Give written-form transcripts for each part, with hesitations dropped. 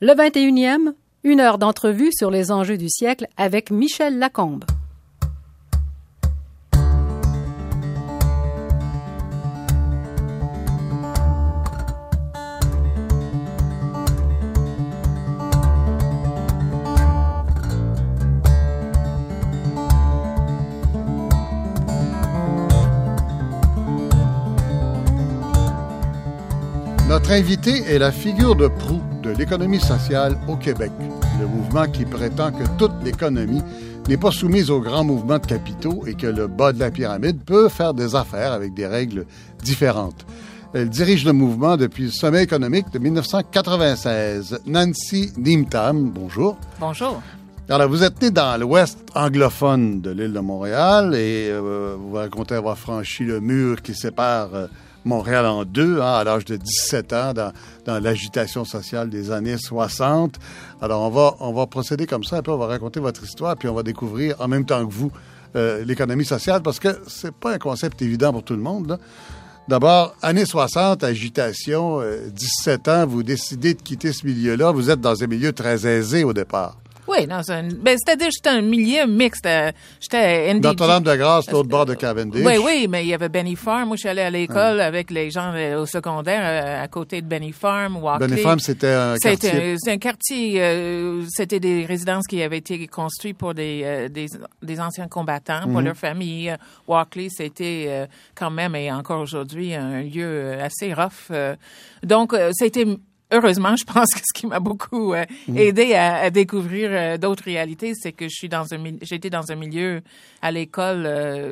Le 21e, 1 heure d'entrevue sur les enjeux du siècle avec Michel Lacombe. Notre invité est la figure de proue de l'économie sociale au Québec, le mouvement qui prétend que toute l'économie n'est pas soumise aux grands mouvements de capitaux et que le bas de la pyramide peut faire des affaires avec des règles différentes. Elle dirige le mouvement depuis le sommet économique de 1996. Nancy Neamtam, bonjour. Bonjour. Alors, vous êtes né dans l'ouest anglophone de l'île de Montréal et vous racontez avoir franchi le mur qui sépare Montréal en deux, à l'âge de 17 ans, dans l'agitation sociale des années 60. Alors, on va procéder comme ça, un peu, on va raconter votre histoire, puis on va découvrir en même temps que vous l'économie sociale, parce que c'est pas un concept évident pour tout le monde, là. D'abord, années 60, agitation, 17 ans, vous décidez de quitter ce milieu-là, vous êtes dans un milieu très aisé au départ. Oui, c'est-à-dire j'étais un milieu mixte. J'étais NDG. Notre-Dame-de-Grâce, l'autre bord de Cavendish. Oui, mais il y avait Benny Farm. Moi, je suis allée à l'école avec les gens au secondaire à côté de Benny Farm, Walkley. Benny Farm, c'était un quartier. C'était un quartier. C'était des résidences qui avaient été construites pour des anciens combattants, pour leur famille. Walkley, c'était quand même, et encore aujourd'hui, un lieu assez rough. Donc, c'était... Heureusement, je pense que ce qui m'a beaucoup aidé à découvrir d'autres réalités, c'est que j'étais dans un milieu à l'école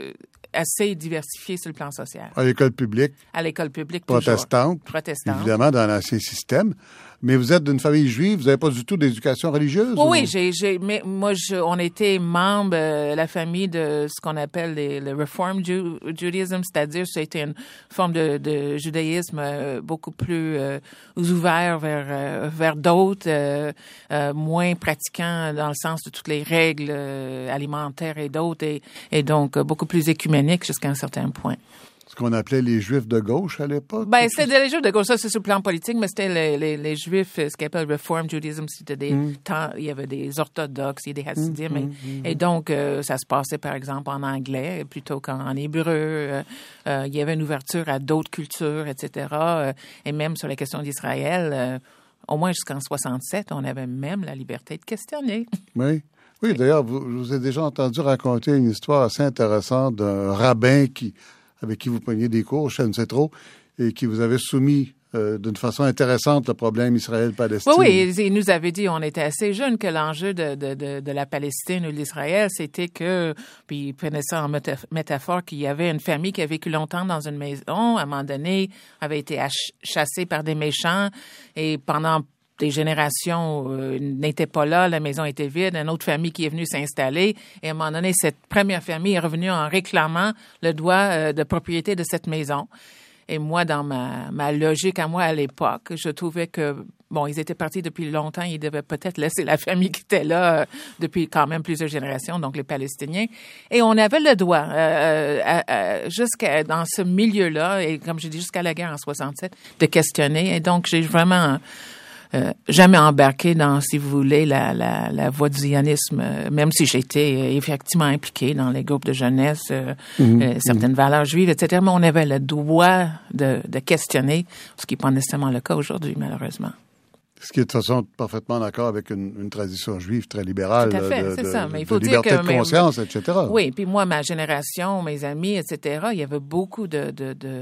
assez diversifié sur le plan social. À l'école publique? À l'école publique, protestante, évidemment, dans l'ancien système. Mais vous êtes d'une famille juive, vous n'avez pas du tout d'éducation religieuse? Oui, mais moi, on était membre, la famille de ce qu'on appelle le Reform Judaism, c'est-à-dire c'était une forme de judaïsme beaucoup plus ouvert vers d'autres, moins pratiquant dans le sens de toutes les règles alimentaires et d'autres, et donc beaucoup plus écuménique jusqu'à un certain point. Ce qu'on appelait les Juifs de gauche à l'époque? C'était les Juifs de gauche, ça c'est sur le plan politique, mais c'était les Juifs, ce qu'on appelle Reform Judaism, c'était il y avait des orthodoxes, il y a des Hasidim, et donc ça se passait par exemple en anglais plutôt qu'en hébreu. Il y avait une ouverture à d'autres cultures, etc. Et même sur la question d'Israël, au moins jusqu'en 67, on avait même la liberté de questionner. Oui, d'ailleurs, je vous ai déjà entendu raconter une histoire assez intéressante d'un rabbin avec qui vous preniez des cours, je ne sais trop, et qui vous avait soumis d'une façon intéressante le problème Israël-Palestine. Oui, il nous avait dit, on était assez jeunes, que l'enjeu de la Palestine ou de l'Israël, c'était que, puis il prenait ça en métaphore, qu'il y avait une famille qui a vécu longtemps dans une maison, à un moment donné, avait été chassée par des méchants, et pendant des générations n'étaient pas là, la maison était vide, une autre famille qui est venue s'installer, et à un moment donné, cette première famille est revenue en réclamant le droit de propriété de cette maison. Et moi, dans ma logique à moi à l'époque, je trouvais que, bon, ils étaient partis depuis longtemps, ils devaient peut-être laisser la famille qui était là depuis quand même plusieurs générations, donc les Palestiniens. Et on avait le droit, jusqu'à dans ce milieu-là, et comme j'ai dit, jusqu'à la guerre en 67, de questionner. Et donc, j'ai vraiment... jamais embarqué dans, si vous voulez, la voie du zionisme, même si j'étais effectivement impliquée dans les groupes de jeunesse, certaines valeurs juives, etc. Mais on avait le droit de questionner, ce qui n'est pas nécessairement le cas aujourd'hui, malheureusement. Ce qui est de toute façon parfaitement d'accord avec une tradition juive très libérale. Tout à fait, c'est ça. Mais il faut de dire liberté que de conscience, etc. Oui, puis moi, ma génération, mes amis, etc., il y avait beaucoup de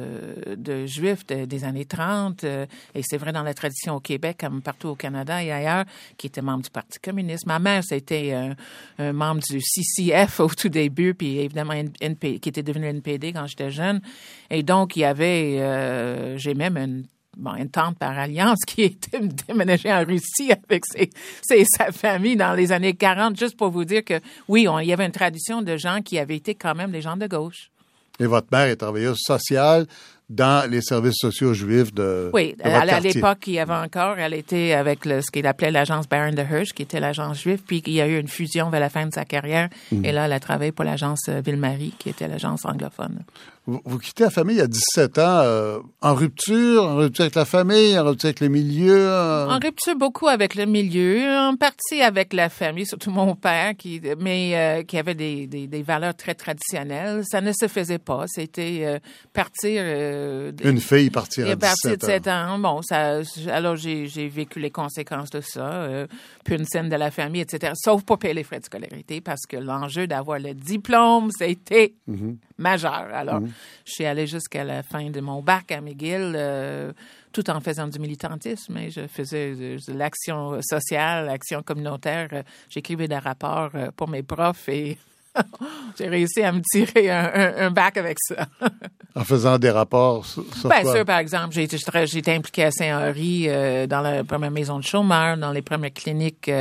juifs des années 30, et c'est vrai dans la tradition au Québec, comme partout au Canada et ailleurs, qui étaient membres du Parti communiste. Ma mère, c'était un membre du CCF au tout début, puis évidemment qui était devenu NPD quand j'étais jeune. Et donc, il y avait, j'ai même une tante par alliance qui était déménagée en Russie avec sa famille dans les années 40, juste pour vous dire que, oui, il y avait une tradition de gens qui avaient été quand même des gens de gauche. Et votre mère est travailleuse sociale dans les services sociaux juifs de Oui, de votre à l'époque, il y avait encore, elle était avec ce qu'il appelait l'agence Baron de Hirsch, qui était l'agence juive, puis il y a eu une fusion vers la fin de sa carrière, et là, elle a travaillé pour l'agence Ville-Marie, qui était l'agence anglophone. Vous quittez la famille à 17 ans, en rupture avec la famille, en rupture avec le milieu. En rupture beaucoup avec le milieu, en partie avec la famille, surtout mon père, qui avait des valeurs très traditionnelles. Ça ne se faisait pas. C'était partir. Une fille partir à 17 ans. Bon, alors j'ai vécu les conséquences de ça. Puis une scène de la famille, etc. Sauf pour payer les frais de scolarité, parce que l'enjeu d'avoir le diplôme, c'était majeur. Alors, je suis allée jusqu'à la fin de mon bac à McGill, tout en faisant du militantisme. Et je faisais de l'action sociale, l'action communautaire. J'écrivais des rapports pour mes profs et j'ai réussi à me tirer un bac avec ça. En faisant des rapports sur Bien quoi? sûr, par exemple, j'ai été impliquée à Saint-Henri dans la première maison de chômeurs, dans les premières cliniques,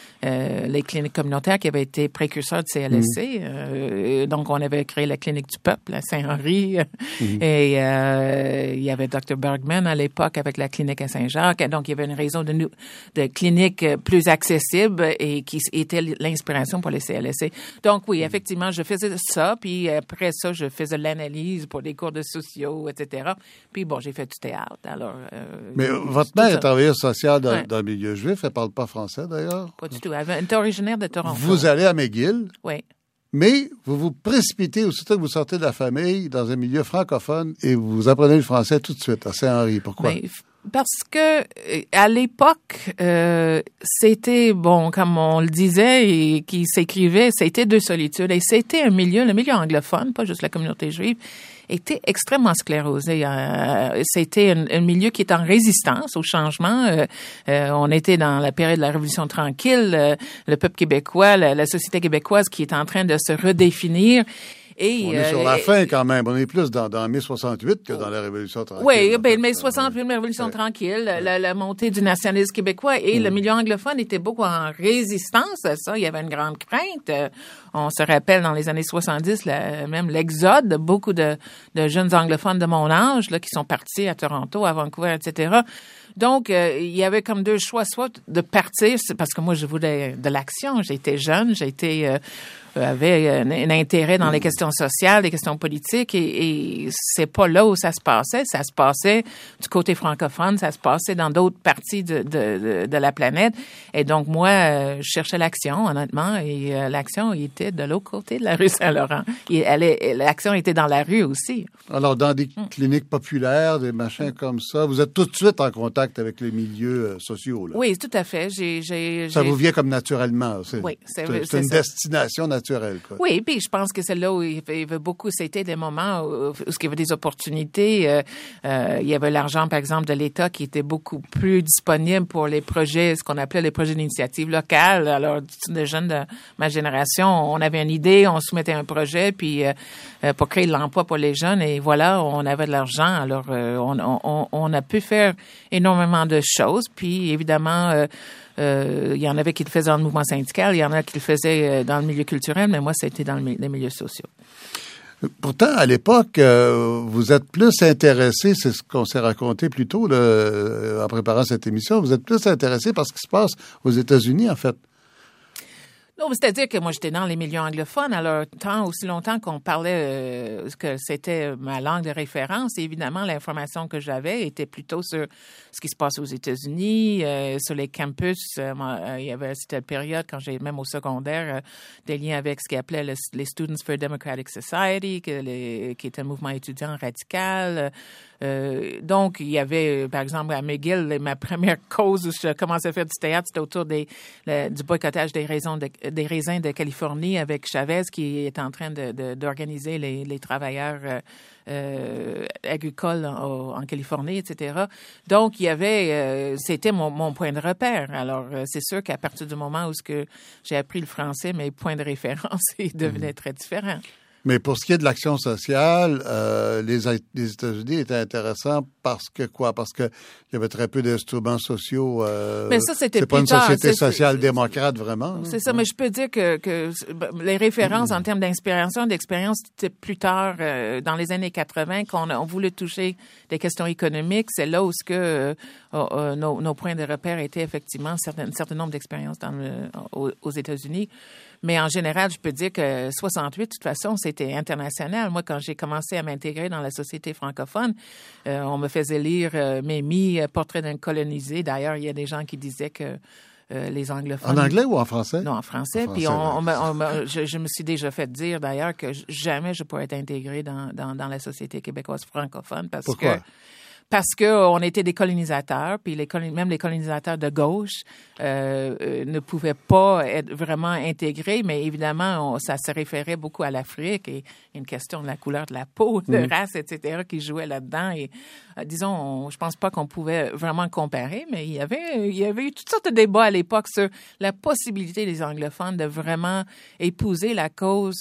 les cliniques communautaires qui avaient été précurseurs du CLSC. Donc, on avait créé la clinique du peuple à Saint-Henri. Et il y avait Dr. Bergman à l'époque avec la clinique à Saint-Jacques. Donc, il y avait une réseau de cliniques plus accessibles et qui était l'inspiration pour les CLSC. Donc, oui, effectivement, je faisais ça. Puis après ça, je faisais l'analyse pour des cours de sociaux, etc. Puis bon, j'ai fait du théâtre. Alors, mais votre mère est travailleuse sociale dans le milieu juif. Elle parle pas français, d'ailleurs? Pas du tout. Elle était originaire de Toronto. Vous allez à McGill. Oui. Mais vous vous précipitez, aussitôt que vous sortez de la famille, dans un milieu francophone, et vous apprenez le français tout de suite à Saint-Henri. Pourquoi? Ben, parce que à l'époque, c'était, bon, comme on le disait et qui s'écrivait, c'était deux solitudes. Et c'était le milieu anglophone, pas juste la communauté juive, était extrêmement sclérosé. C'était un milieu qui est en résistance au changement. On était dans la période de la Révolution tranquille, le peuple québécois, la société québécoise qui est en train de se redéfinir. Et, on est sur la fin quand même. On est plus dans mai 68 que dans la Révolution tranquille. Oui, ben mai 68, la Révolution tranquille, la montée du nationalisme québécois et le milieu anglophone était beaucoup en résistance à ça. Il y avait une grande crainte. On se rappelle dans les années 70, même l'exode de beaucoup de jeunes anglophones de mon âge là, qui sont partis à Toronto, à Vancouver, etc. Donc, il y avait comme deux choix, soit de partir, parce que moi, je voulais de l'action. J'étais jeune, avait un intérêt dans les questions sociales, les questions politiques, et c'est pas là où ça se passait. Ça se passait du côté francophone, ça se passait dans d'autres parties de la planète. Et donc, moi, je cherchais l'action, honnêtement, et l'action était de l'autre côté de la rue Saint-Laurent. L'action était dans la rue aussi. Alors, dans des cliniques populaires, des machins comme ça, vous êtes tout de suite en contact avec les milieux sociaux, là. Oui, tout à fait. Ça vous vient comme naturellement. Oui, c'est une destination naturelle, quoi. Oui, puis je pense que c'est là où il y avait beaucoup, c'était des moments où il y avait des opportunités. Il y avait l'argent, par exemple, de l'État qui était beaucoup plus disponible pour les projets, ce qu'on appelait les projets d'initiative locale. Alors, des jeunes de ma génération, on avait une idée, on soumettait un projet, puis pour créer de l'emploi pour les jeunes, et voilà, on avait de l'argent. Alors, on a pu faire énormément de choses, puis évidemment, il y en avait qui le faisaient dans le mouvement syndical, il y en a qui le faisaient dans le milieu culturel, mais moi, ça a été dans les milieux sociaux. Pourtant, à l'époque, vous êtes plus intéressé, c'est ce qu'on s'est raconté plus tôt en préparant cette émission, vous êtes plus intéressé par ce qui se passe aux États-Unis, en fait. Non, c'est-à-dire que moi, j'étais dans les milieux anglophones, alors aussi longtemps qu'on parlait que c'était ma langue de référence. Et évidemment, l'information que j'avais était plutôt sur ce qui se passe aux États-Unis, sur les campus. Il y avait cette période, quand j'ai même au secondaire, des liens avec ce qu'ils appelaient les Students for Democratic Society, qui est un mouvement étudiant radical. Donc, il y avait, par exemple, à McGill, ma première cause où je commençais à faire du théâtre, c'était autour du boycottage des raisins de Californie avec Chavez qui est en train d'organiser les travailleurs agricoles en Californie, etc. Donc, il y avait, c'était mon point de repère. Alors, c'est sûr qu'à partir du moment où j'ai appris le français, mes points de référence devenaient très différents. Mais pour ce qui est de l'action sociale, les États-Unis étaient intéressants parce que quoi? Parce qu'il y avait très peu d'instruments sociaux. Mais ça, c'était c'est pas une société social-démocrate, vraiment. C'est ça, mais je peux dire que les références en termes d'inspiration, d'expérience, c'était plus tard, dans les années 80, qu'on voulait toucher des questions économiques. C'est là où nos points de repère étaient effectivement un certain nombre d'expériences aux États-Unis. Mais en général, je peux dire que 68, de toute façon, c'était société internationale. Moi, quand j'ai commencé à m'intégrer dans la société francophone, on me faisait lire Mémie, Portrait d'un colonisé. D'ailleurs, il y a des gens qui disaient que les anglophones... En anglais ou en français? Non, en français. Puis je me suis déjà fait dire, d'ailleurs, que jamais je pourrais être intégrée dans la société québécoise francophone parce que on était des colonisateurs, puis même les colonisateurs de gauche ne pouvaient pas être vraiment intégrés, mais évidemment, ça se référait beaucoup à l'Afrique et une question de la couleur de la peau, de race, etc., qui jouait là-dedans. Et disons, je pense pas qu'on pouvait vraiment comparer, mais il y avait eu toutes sortes de débats à l'époque sur la possibilité des anglophones de vraiment épouser la cause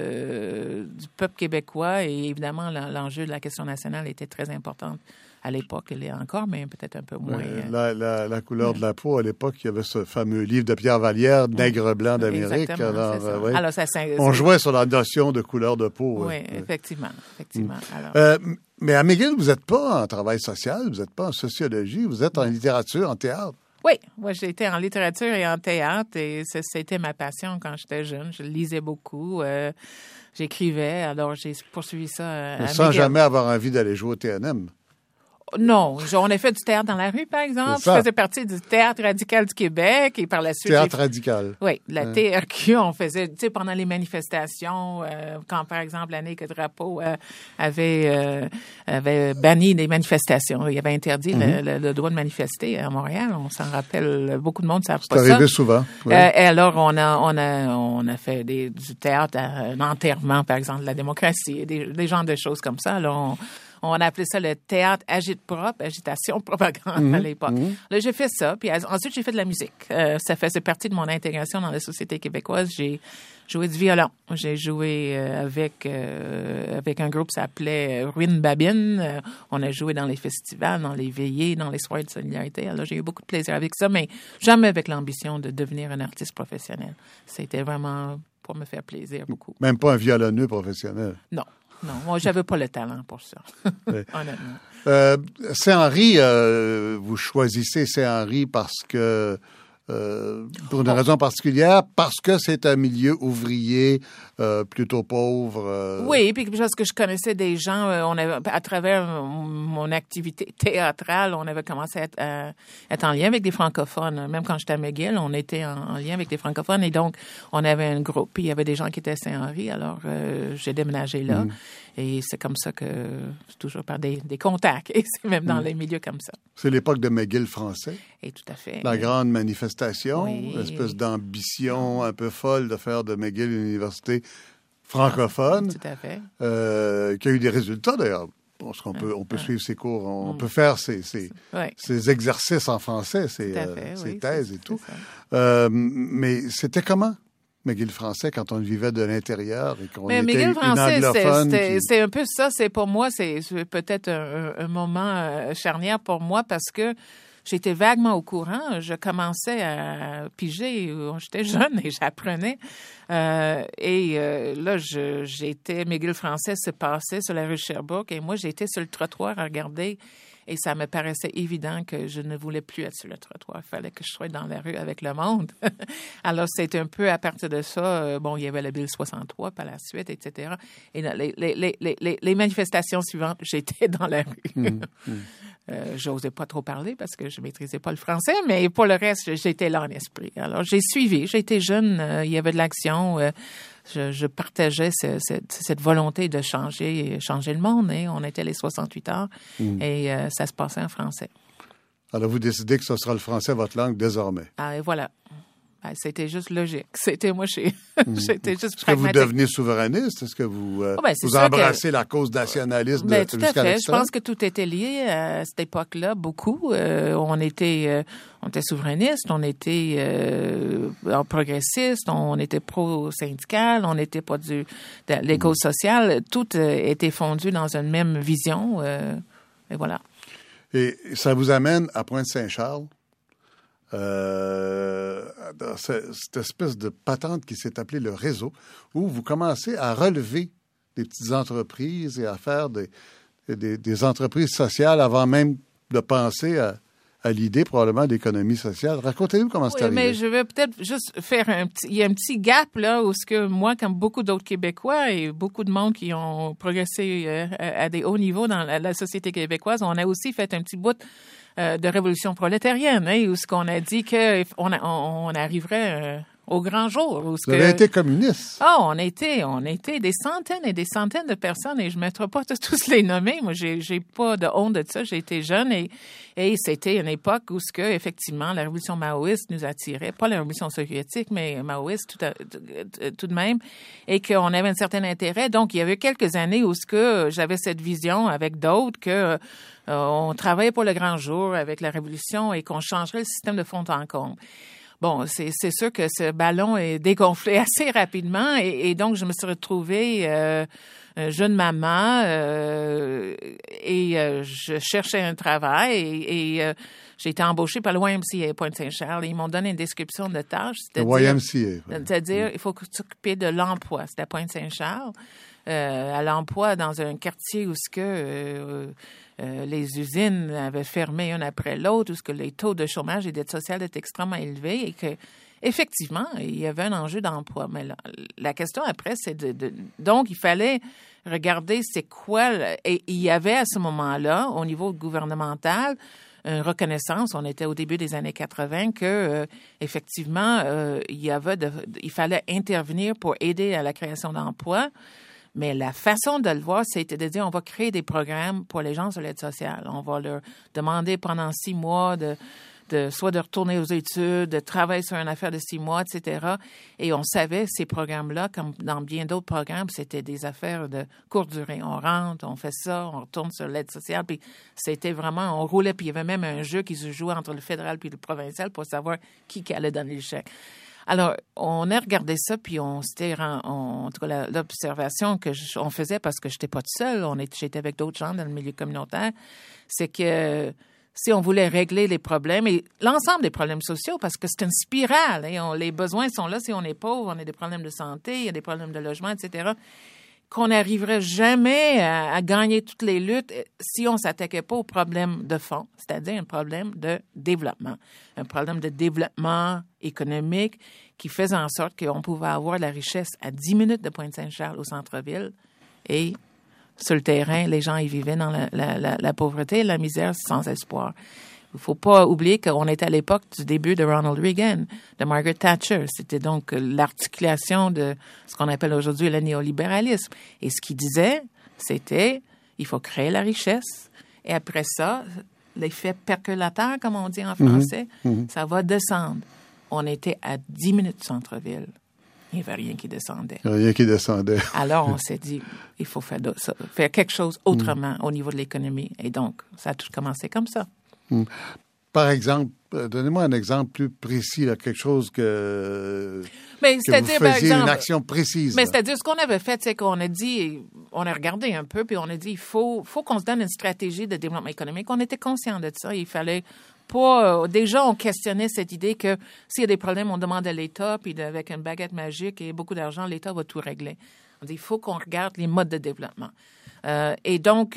du peuple québécois, et évidemment, l'enjeu de la question nationale était très important. À l'époque, elle est encore, mais peut-être un peu moins. La couleur de la peau, à l'époque, il y avait ce fameux livre de Pierre Vallière, Nègre blanc d'Amérique. Alors, on jouait sur la notion de couleur de peau. Oui, effectivement. Alors. Mais à McGill, vous n'êtes pas en travail social, vous n'êtes pas en sociologie, vous êtes en littérature, en théâtre. Oui, moi j'ai été en littérature et en théâtre, et c'était ma passion quand j'étais jeune. Je lisais beaucoup, j'écrivais, alors j'ai poursuivi ça à sans McGill. Jamais avoir envie d'aller jouer au TNM. Non, on a fait du théâtre dans la rue, par exemple. Je faisais partie du Théâtre radical du Québec, et par la suite... Théâtre radical. Oui, la TRQ, on faisait, tu sais, pendant les manifestations, quand, par exemple, l'année que Drapeau avait banni des manifestations. Il avait interdit le droit de manifester à Montréal. On s'en rappelle, beaucoup de monde ne savent pas ça. C'est arrivé souvent. Oui. Et alors, on a fait du théâtre, un enterrement, par exemple, de la démocratie, des genres de choses comme ça. Alors, on appelait ça le théâtre agite-propre, agitation propagande à l'époque. Là, j'ai fait ça, puis ensuite, j'ai fait de la musique. Ça faisait partie de mon intégration dans la société québécoise. J'ai joué du violon. J'ai joué avec un groupe qui s'appelait Ruine Babine. On a joué dans les festivals, dans les veillées, dans les soirées de solidarité. Alors, j'ai eu beaucoup de plaisir avec ça, mais jamais avec l'ambition de devenir un artiste professionnel. C'était vraiment pour me faire plaisir beaucoup. Même pas un violonneux professionnel? Non. Non, moi, j'avais pas le talent pour ça, honnêtement. Saint-Henri, vous choisissez Saint-Henri parce que, pour une raison particulière, parce que c'est un milieu ouvrier plutôt pauvre. Oui, puis parce que je connaissais des gens, à travers mon activité théâtrale, on avait commencé à être en lien avec des francophones. Même quand j'étais à McGill, on était en lien avec des francophones, et donc on avait un groupe, puis il y avait des gens qui étaient à Saint-Henri, alors j'ai déménagé là. Et c'est comme ça que, c'est toujours par des contacts, et c'est même dans les milieux comme ça. C'est l'époque de McGill français. Et tout à fait. La grande manifestation, une espèce d'ambition un peu folle de faire de McGill une université francophone. Tout à fait. Qui a eu des résultats, d'ailleurs. Parce qu'on peut suivre ses cours, on peut faire ses exercices en français, ses thèses et tout. Mais c'était comment? McGill français, quand on le vivait de l'intérieur et qu'on était McGill français, une anglophone. C'est un peu ça. Pour moi, c'est peut-être un moment charnière pour moi, parce que j'étais vaguement au courant. Je commençais à piger. J'étais jeune et j'apprenais. Là, McGill français se passait sur la rue Sherbrooke, et moi, j'étais sur le trottoir à regarder. Et ça me paraissait évident que je ne voulais plus être sur le trottoir. Il fallait que je sois dans la rue avec le monde. Alors, c'est un peu à partir de ça. Il y avait la Bill 63 par la suite, etc. Et les manifestations suivantes, j'étais dans la rue. J'osais pas trop parler parce que je maîtrisais pas le français, mais pour le reste, j'étais là en esprit. Alors, j'ai suivi. J'étais jeune. Il y avait de l'action. Je partageais cette volonté de changer le monde. On était les 68 heures et ça se passait en français. Alors, vous décidez que ce sera le français votre langue désormais. Ah, et voilà. C'était juste logique. J'étais juste Est-ce que vous devenez souverainiste? Est-ce que vous embrassez la cause nationaliste tout à fait. Je pense que tout était lié à cette époque-là, beaucoup. On était souverainiste, on était progressiste, on était pro-syndical, on n'était pas de les causes sociales. Tout était fondu dans une même vision. Et voilà. Et ça vous amène à Pointe-Saint-Charles? Dans cette espèce de patente qui s'est appelée le réseau, où vous commencez à relever des petites entreprises et à faire des entreprises sociales avant même de penser à à l'idée probablement d'économie sociale. Racontez-nous comment c'est arrivé. Mais je vais peut-être juste faire il y a un petit gap là où ce que moi, comme beaucoup d'autres Québécois et beaucoup de monde qui ont progressé à des hauts niveaux dans la société québécoise, on a aussi fait un petit bout de révolution prolétarienne, hein, où ce qu'on a dit que on arriverait au grand jour. Vous avez été communiste. On était des centaines et des centaines de personnes et je ne mettrai pas tous les nommer. Moi, j'ai pas de honte de ça. J'ai été jeune et c'était une époque où ce que, effectivement, la révolution maoïste nous attirait. Pas la révolution soviétique, mais maoïste tout de même. Et qu'on avait un certain intérêt. Donc, il y avait quelques années où ce que j'avais cette vision avec d'autres que, on travaillait pour le grand jour avec la révolution et qu'on changerait le système de fond en comble. Bon, c'est sûr que ce ballon est dégonflé assez rapidement et donc je me suis retrouvée jeune maman et je cherchais un travail et j'ai été embauchée par le YMCA à Pointe-Saint-Charles et ils m'ont donné une description de tâche. Le YMCA. C'est-à-dire, il faut s'occuper de l'emploi. C'était à Pointe-Saint-Charles, à l'emploi dans un quartier où ce que les usines avaient fermé une après l'autre, où ce que les taux de chômage et d'aide sociale étaient extrêmement élevés et que effectivement, il y avait un enjeu d'emploi. Mais la question après, c'est donc il fallait regarder c'est quoi et il y avait à ce moment-là, au niveau gouvernemental, une reconnaissance. On était au début des années 80 que effectivement, il fallait intervenir pour aider à la création d'emplois. Mais la façon de le voir, c'était de dire on va créer des programmes pour les gens sur l'aide sociale. On va leur demander pendant 6 mois soit de retourner aux études, de travailler sur une affaire de 6 mois, etc. Et on savait ces programmes-là, comme dans bien d'autres programmes, c'était des affaires de courte durée. On rentre, on fait ça, on retourne sur l'aide sociale, puis c'était vraiment, on roulait, puis il y avait même un jeu qui se jouait entre le fédéral puis le provincial pour savoir qui allait donner le chèque. Alors, on a regardé ça, puis en tout cas, l'observation on faisait, parce que j'étais pas toute seule, j'étais avec d'autres gens dans le milieu communautaire, c'est que si on voulait régler les problèmes, et l'ensemble des problèmes sociaux, parce que c'est une spirale, hein, les besoins sont là, si on est pauvre, on a des problèmes de santé, il y a des problèmes de logement, etc., qu'on n'arriverait jamais à gagner toutes les luttes si on s'attaquait pas aux problèmes de fond, c'est-à-dire un problème de développement. Un problème de développement économique qui faisait en sorte qu'on pouvait avoir la richesse à 10 minutes de Pointe-Saint-Charles au centre-ville et sur le terrain, les gens y vivaient dans la pauvreté et la misère sans espoir. Il ne faut pas oublier qu'on était à l'époque du début de Ronald Reagan, de Margaret Thatcher. C'était donc l'articulation de ce qu'on appelle aujourd'hui le néolibéralisme. Et ce qu'il disait, c'était il faut créer la richesse. Et après ça, l'effet percolateur, comme on dit en français, ça va descendre. On était à 10 minutes du centre-ville. Il n'y avait rien qui descendait. Rien qui descendait. Alors, on s'est dit, il faut faire quelque chose autrement au niveau de l'économie. Et donc, ça a tout commencé comme ça. Par exemple, donnez-moi un exemple plus précis, là, quelque chose que vous faisiez, par exemple, une action précise. Mais c'est-à-dire, ce qu'on avait fait, c'est qu'on a dit, on a regardé un peu, puis on a dit, il faut qu'on se donne une stratégie de développement économique. On était conscient de ça. Il fallait pas... déjà, on questionnait cette idée que s'il y a des problèmes, on demande à l'État, puis avec une baguette magique et beaucoup d'argent, l'État va tout régler. On dit, il faut qu'on regarde les modes de développement. Et donc,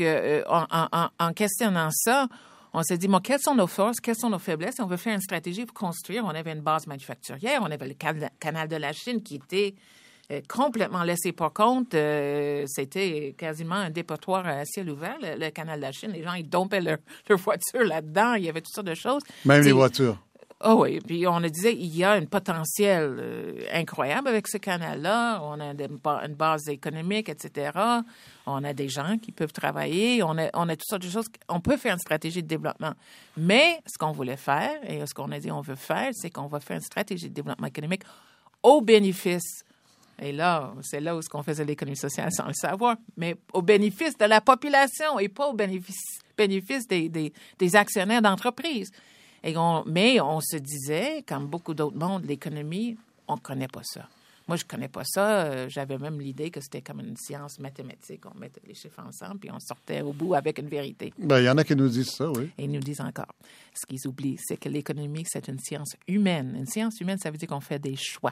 en questionnant ça, on s'est dit, quelles sont nos forces, quelles sont nos faiblesses? Et on veut faire une stratégie pour construire. On avait une base manufacturière, on avait le canal de la Chine qui était complètement laissé pour compte. C'était quasiment un dépotoir à ciel ouvert, le canal de la Chine. Les gens, ils dompaient leur voiture là-dedans. Il y avait toutes sortes de choses. Même les voitures. Oh oui, puis on a dit il y a un potentiel incroyable avec ce canal-là. On a une base économique, etc. On a des gens qui peuvent travailler. On a toutes sortes de choses. On peut faire une stratégie de développement. Mais ce qu'on voulait faire, et ce qu'on a dit on veut faire, c'est qu'on va faire une stratégie de développement économique au bénéfice. Et là, c'est là où on faisait l'économie sociale sans le savoir, mais au bénéfice de la population et pas au bénéfice des actionnaires d'entreprise. Mais on se disait, comme beaucoup d'autres mondes, l'économie, on ne connaît pas ça. Moi, je ne connais pas ça. J'avais même l'idée que c'était comme une science mathématique. On mettait les chiffres ensemble, puis on sortait au bout avec une vérité. Bien, il y en a qui nous disent ça, oui. Et ils nous disent encore. Ce qu'ils oublient, c'est que l'économie, c'est une science humaine. Une science humaine, ça veut dire qu'on fait des choix.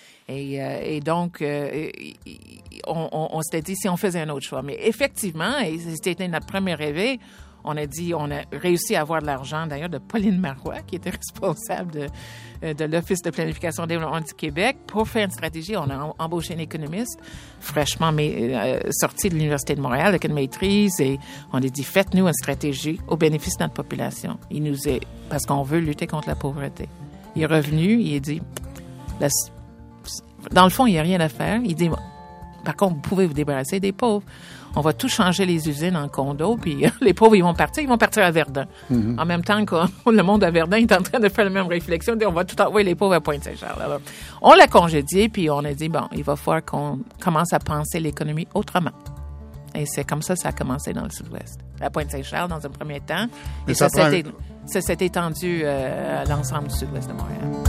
Et donc, on s'était dit si on faisait un autre choix. Mais effectivement, et c'était notre premier réveil, on a réussi à avoir de l'argent, d'ailleurs, de Pauline Marois, qui était responsable de l'Office de planification et développement du Québec. Pour faire une stratégie, on a embauché un économiste fraîchement sorti de l'Université de Montréal avec une maîtrise et on a dit, faites-nous une stratégie au bénéfice de notre population. Parce qu'on veut lutter contre la pauvreté. Il est revenu, il a dit, dans le fond, il n'y a rien à faire. Il dit, par contre, vous pouvez vous débarrasser des pauvres. On va tout changer les usines en condos, puis les pauvres, ils vont partir à Verdun. En même temps que le monde à Verdun est en train de faire la même réflexion, on va tout envoyer les pauvres à Pointe-Saint-Charles. Alors, on l'a congédié, puis on a dit, bon, il va falloir qu'on commence à penser l'économie autrement. Et c'est comme ça a commencé dans le Sud-Ouest. À Pointe-Saint-Charles, dans un premier temps. Et ça s'est étendu à l'ensemble du Sud-Ouest de Montréal.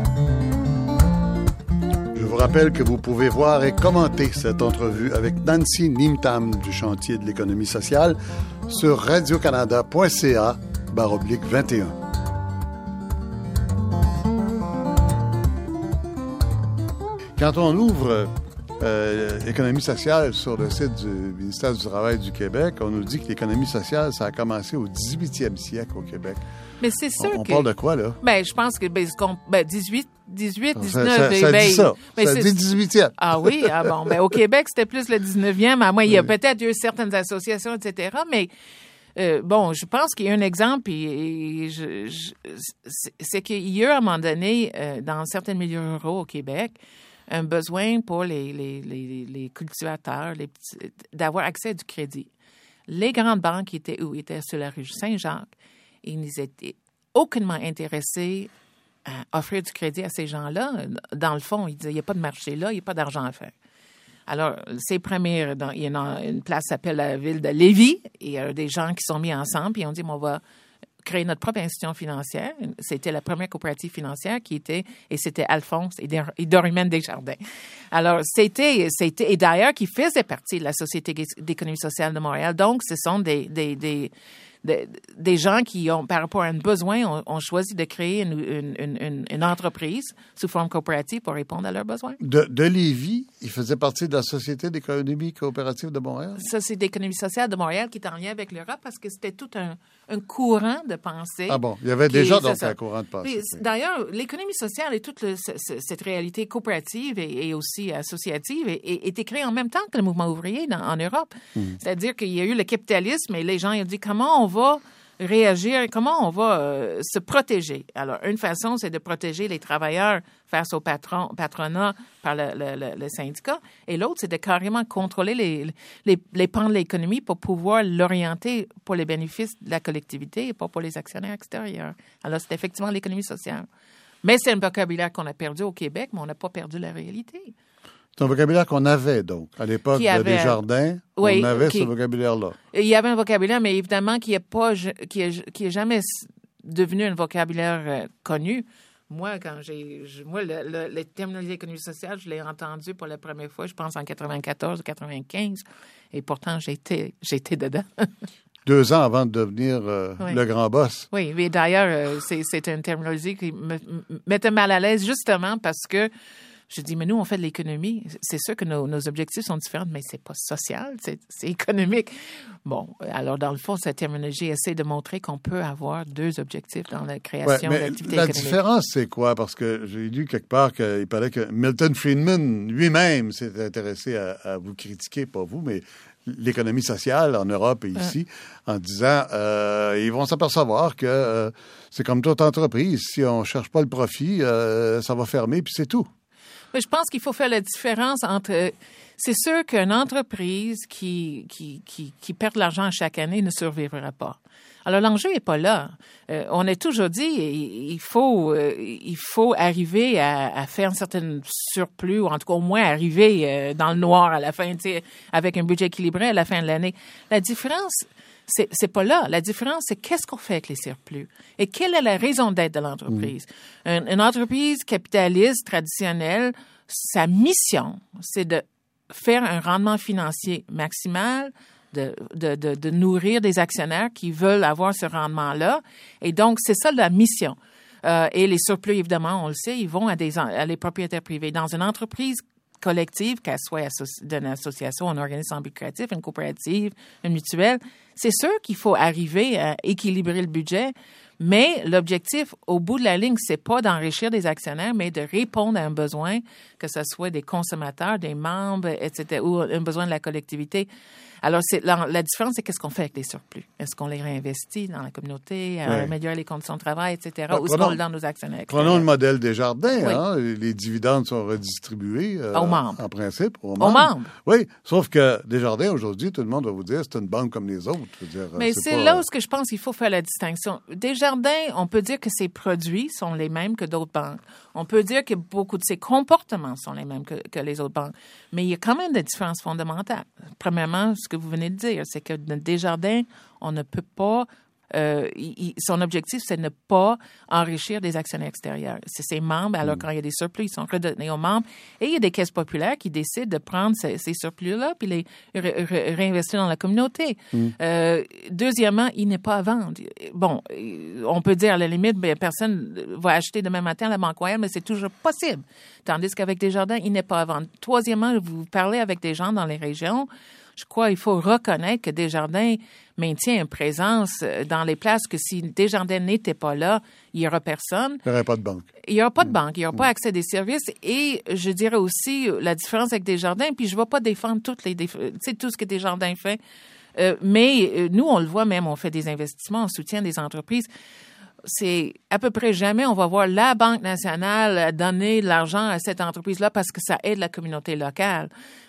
Je vous rappelle que vous pouvez voir et commenter cette entrevue avec Nancy Nimtam du chantier de l'économie sociale sur radiocanada.ca/21. Quand on ouvre l'économie sociale sur le site du ministère du Travail du Québec, on nous dit que l'économie sociale, ça a commencé au 18e siècle au Québec. Mais c'est sûr on parle de quoi, là? Ben, je pense que 18, 19... Ça dit ça. Ben, ça dit 18e. Ah oui? Ah bon. Ben, au Québec, c'était plus le 19e. À moins, il y a peut-être eu certaines associations, etc. Mais, bon, je pense qu'il y a un exemple, c'est qu'il y a, à un moment donné, dans certains milieux ruraux au Québec, un besoin pour les cultivateurs d'avoir accès à du crédit. Les grandes banques étaient sur la rue Saint-Jacques. Ils n'étaient aucunement intéressés à offrir du crédit à ces gens-là. Dans le fond, ils disaient, il n'y a pas de marché là, il n'y a pas d'argent à faire. Alors, il y a une place qui s'appelle la ville de Lévis, et il y a des gens qui sont mis ensemble, et on dit, on va créer notre propre institution financière. C'était la première coopérative financière c'était Alphonse et Dorimène Desjardins. Alors, et d'ailleurs, qui faisait partie de la Société d'économie sociale de Montréal. Donc, ce sont des gens qui ont, par rapport à un besoin, ont choisi de créer une entreprise sous forme coopérative pour répondre à leurs besoins. De Lévis, il faisait partie de la Société d'économie coopérative de Montréal? Société d'économie sociale de Montréal qui est en lien avec l'Europe parce que c'était tout un courant de pensée. Ah bon, il y avait déjà donc un courant de pensée. D'ailleurs, l'économie sociale et toute cette réalité coopérative et aussi associative était créée en même temps que le mouvement ouvrier en Europe. C'est-à-dire qu'il y a eu le capitalisme et les gens ont dit comment on va réagir, comment on va se protéger. Alors, une façon, c'est de protéger les travailleurs face au patronat par le syndicat, et l'autre, c'est de carrément contrôler les pans de l'économie pour pouvoir l'orienter pour les bénéfices de la collectivité et pas pour les actionnaires extérieurs. Alors, c'est effectivement l'économie sociale. Mais c'est un vocabulaire qu'on a perdu au Québec, mais on n'a pas perdu la réalité. C'est un vocabulaire qu'on avait, donc, à l'époque de Desjardins. Oui, on avait ce vocabulaire-là. Il y avait un vocabulaire, mais évidemment qui est jamais devenu un vocabulaire connu. Moi, le terminologie d'économie sociale, je l'ai entendu pour la première fois, je pense, en 94 ou 95. Et pourtant, j'étais dedans. 2 ans avant de devenir le grand boss. Oui, mais d'ailleurs, c'est une terminologie qui me mettait mal à l'aise, justement, parce que je dis, mais nous, on fait de l'économie. C'est sûr que nos objectifs sont différents, mais c'est pas social, c'est économique. Bon, alors, dans le fond, cette terminologie essaie de montrer qu'on peut avoir 2 objectifs dans la création d'activités économiques. La différence, c'est quoi? Parce que j'ai lu quelque part qu'il paraît que Milton Friedman lui-même s'est intéressé à vous critiquer, pas vous, mais l'économie sociale en Europe et ici, en disant ils vont s'apercevoir que c'est comme toute entreprise. Si on cherche pas le profit, ça va fermer, puis c'est tout. Mais je pense qu'il faut faire la différence entre... C'est sûr qu'une entreprise qui perd de l'argent chaque année ne survivra pas. Alors, l'enjeu n'est pas là. On a toujours dit il faut arriver à faire un certain surplus, ou en tout cas au moins arriver dans le noir à la fin, avec un budget équilibré à la fin de l'année. La différence, c'est pas là. La différence, c'est qu'est-ce qu'on fait avec les surplus et quelle est la raison d'être de l'entreprise. Une entreprise capitaliste traditionnelle, sa mission, c'est de faire un rendement financier maximal, de nourrir des actionnaires qui veulent avoir ce rendement-là. Et donc, c'est ça la mission. Et les surplus, évidemment, on le sait, ils vont à les propriétaires privés. Dans une entreprise collective, qu'elle soit d'une association, un organisme sans but lucratif, une coopérative, une mutuelle, c'est sûr qu'il faut arriver à équilibrer le budget, mais l'objectif, au bout de la ligne, c'est pas d'enrichir des actionnaires, mais de répondre à un besoin, que ce soit des consommateurs, des membres, etc., ou un besoin de la collectivité. Alors, la différence, c'est qu'est-ce qu'on fait avec les surplus? Est-ce qu'on les réinvestit dans la communauté, à améliorer les conditions de travail, etc., ou est-ce qu'on le donne aux actionnaires? Prenons le modèle Desjardins. Oui. Hein? Les dividendes sont redistribués aux membres. En principe, aux membres. Oui, sauf que Desjardins, aujourd'hui, tout le monde va vous dire c'est une banque comme les autres. Je veux dire, mais c'est là où je pense qu'il faut faire la distinction. Desjardins, on peut dire que ses produits sont les mêmes que d'autres banques. On peut dire que beaucoup de ses comportements sont les mêmes que les autres banques. Mais il y a quand même des différences fondamentales. Premièrement, ce que vous venez de dire, c'est que Desjardins, on ne peut pas... son objectif, c'est de ne pas enrichir des actionnaires extérieurs. C'est ses membres, alors quand il y a des surplus, ils sont redonnés aux membres. Et il y a des caisses populaires qui décident de prendre ces surplus-là puis les réinvestir dans la communauté. Deuxièmement, il n'est pas à vendre. Bon, on peut dire à la limite, personne va acheter demain matin à la Banque Royale, mais c'est toujours possible. Tandis qu'avec Desjardins, il n'est pas à vendre. Troisièmement, vous parlez avec des gens dans les régions. Je crois qu'il faut reconnaître que Desjardins maintient une présence dans les places que si Desjardins n'était pas là, il n'y aura personne. Il n'y aurait pas de banque. Il n'y aura pas de banque, il n'y aura pas accès à des services. Et je dirais aussi la différence avec Desjardins, puis je ne vais pas défendre tout ce que Desjardins fait, mais nous, on le voit même, on fait des investissements, on soutient des entreprises. C'est à peu près jamais on va voir la Banque nationale donner de l'argent à cette entreprise-là parce que ça aide la communauté locale.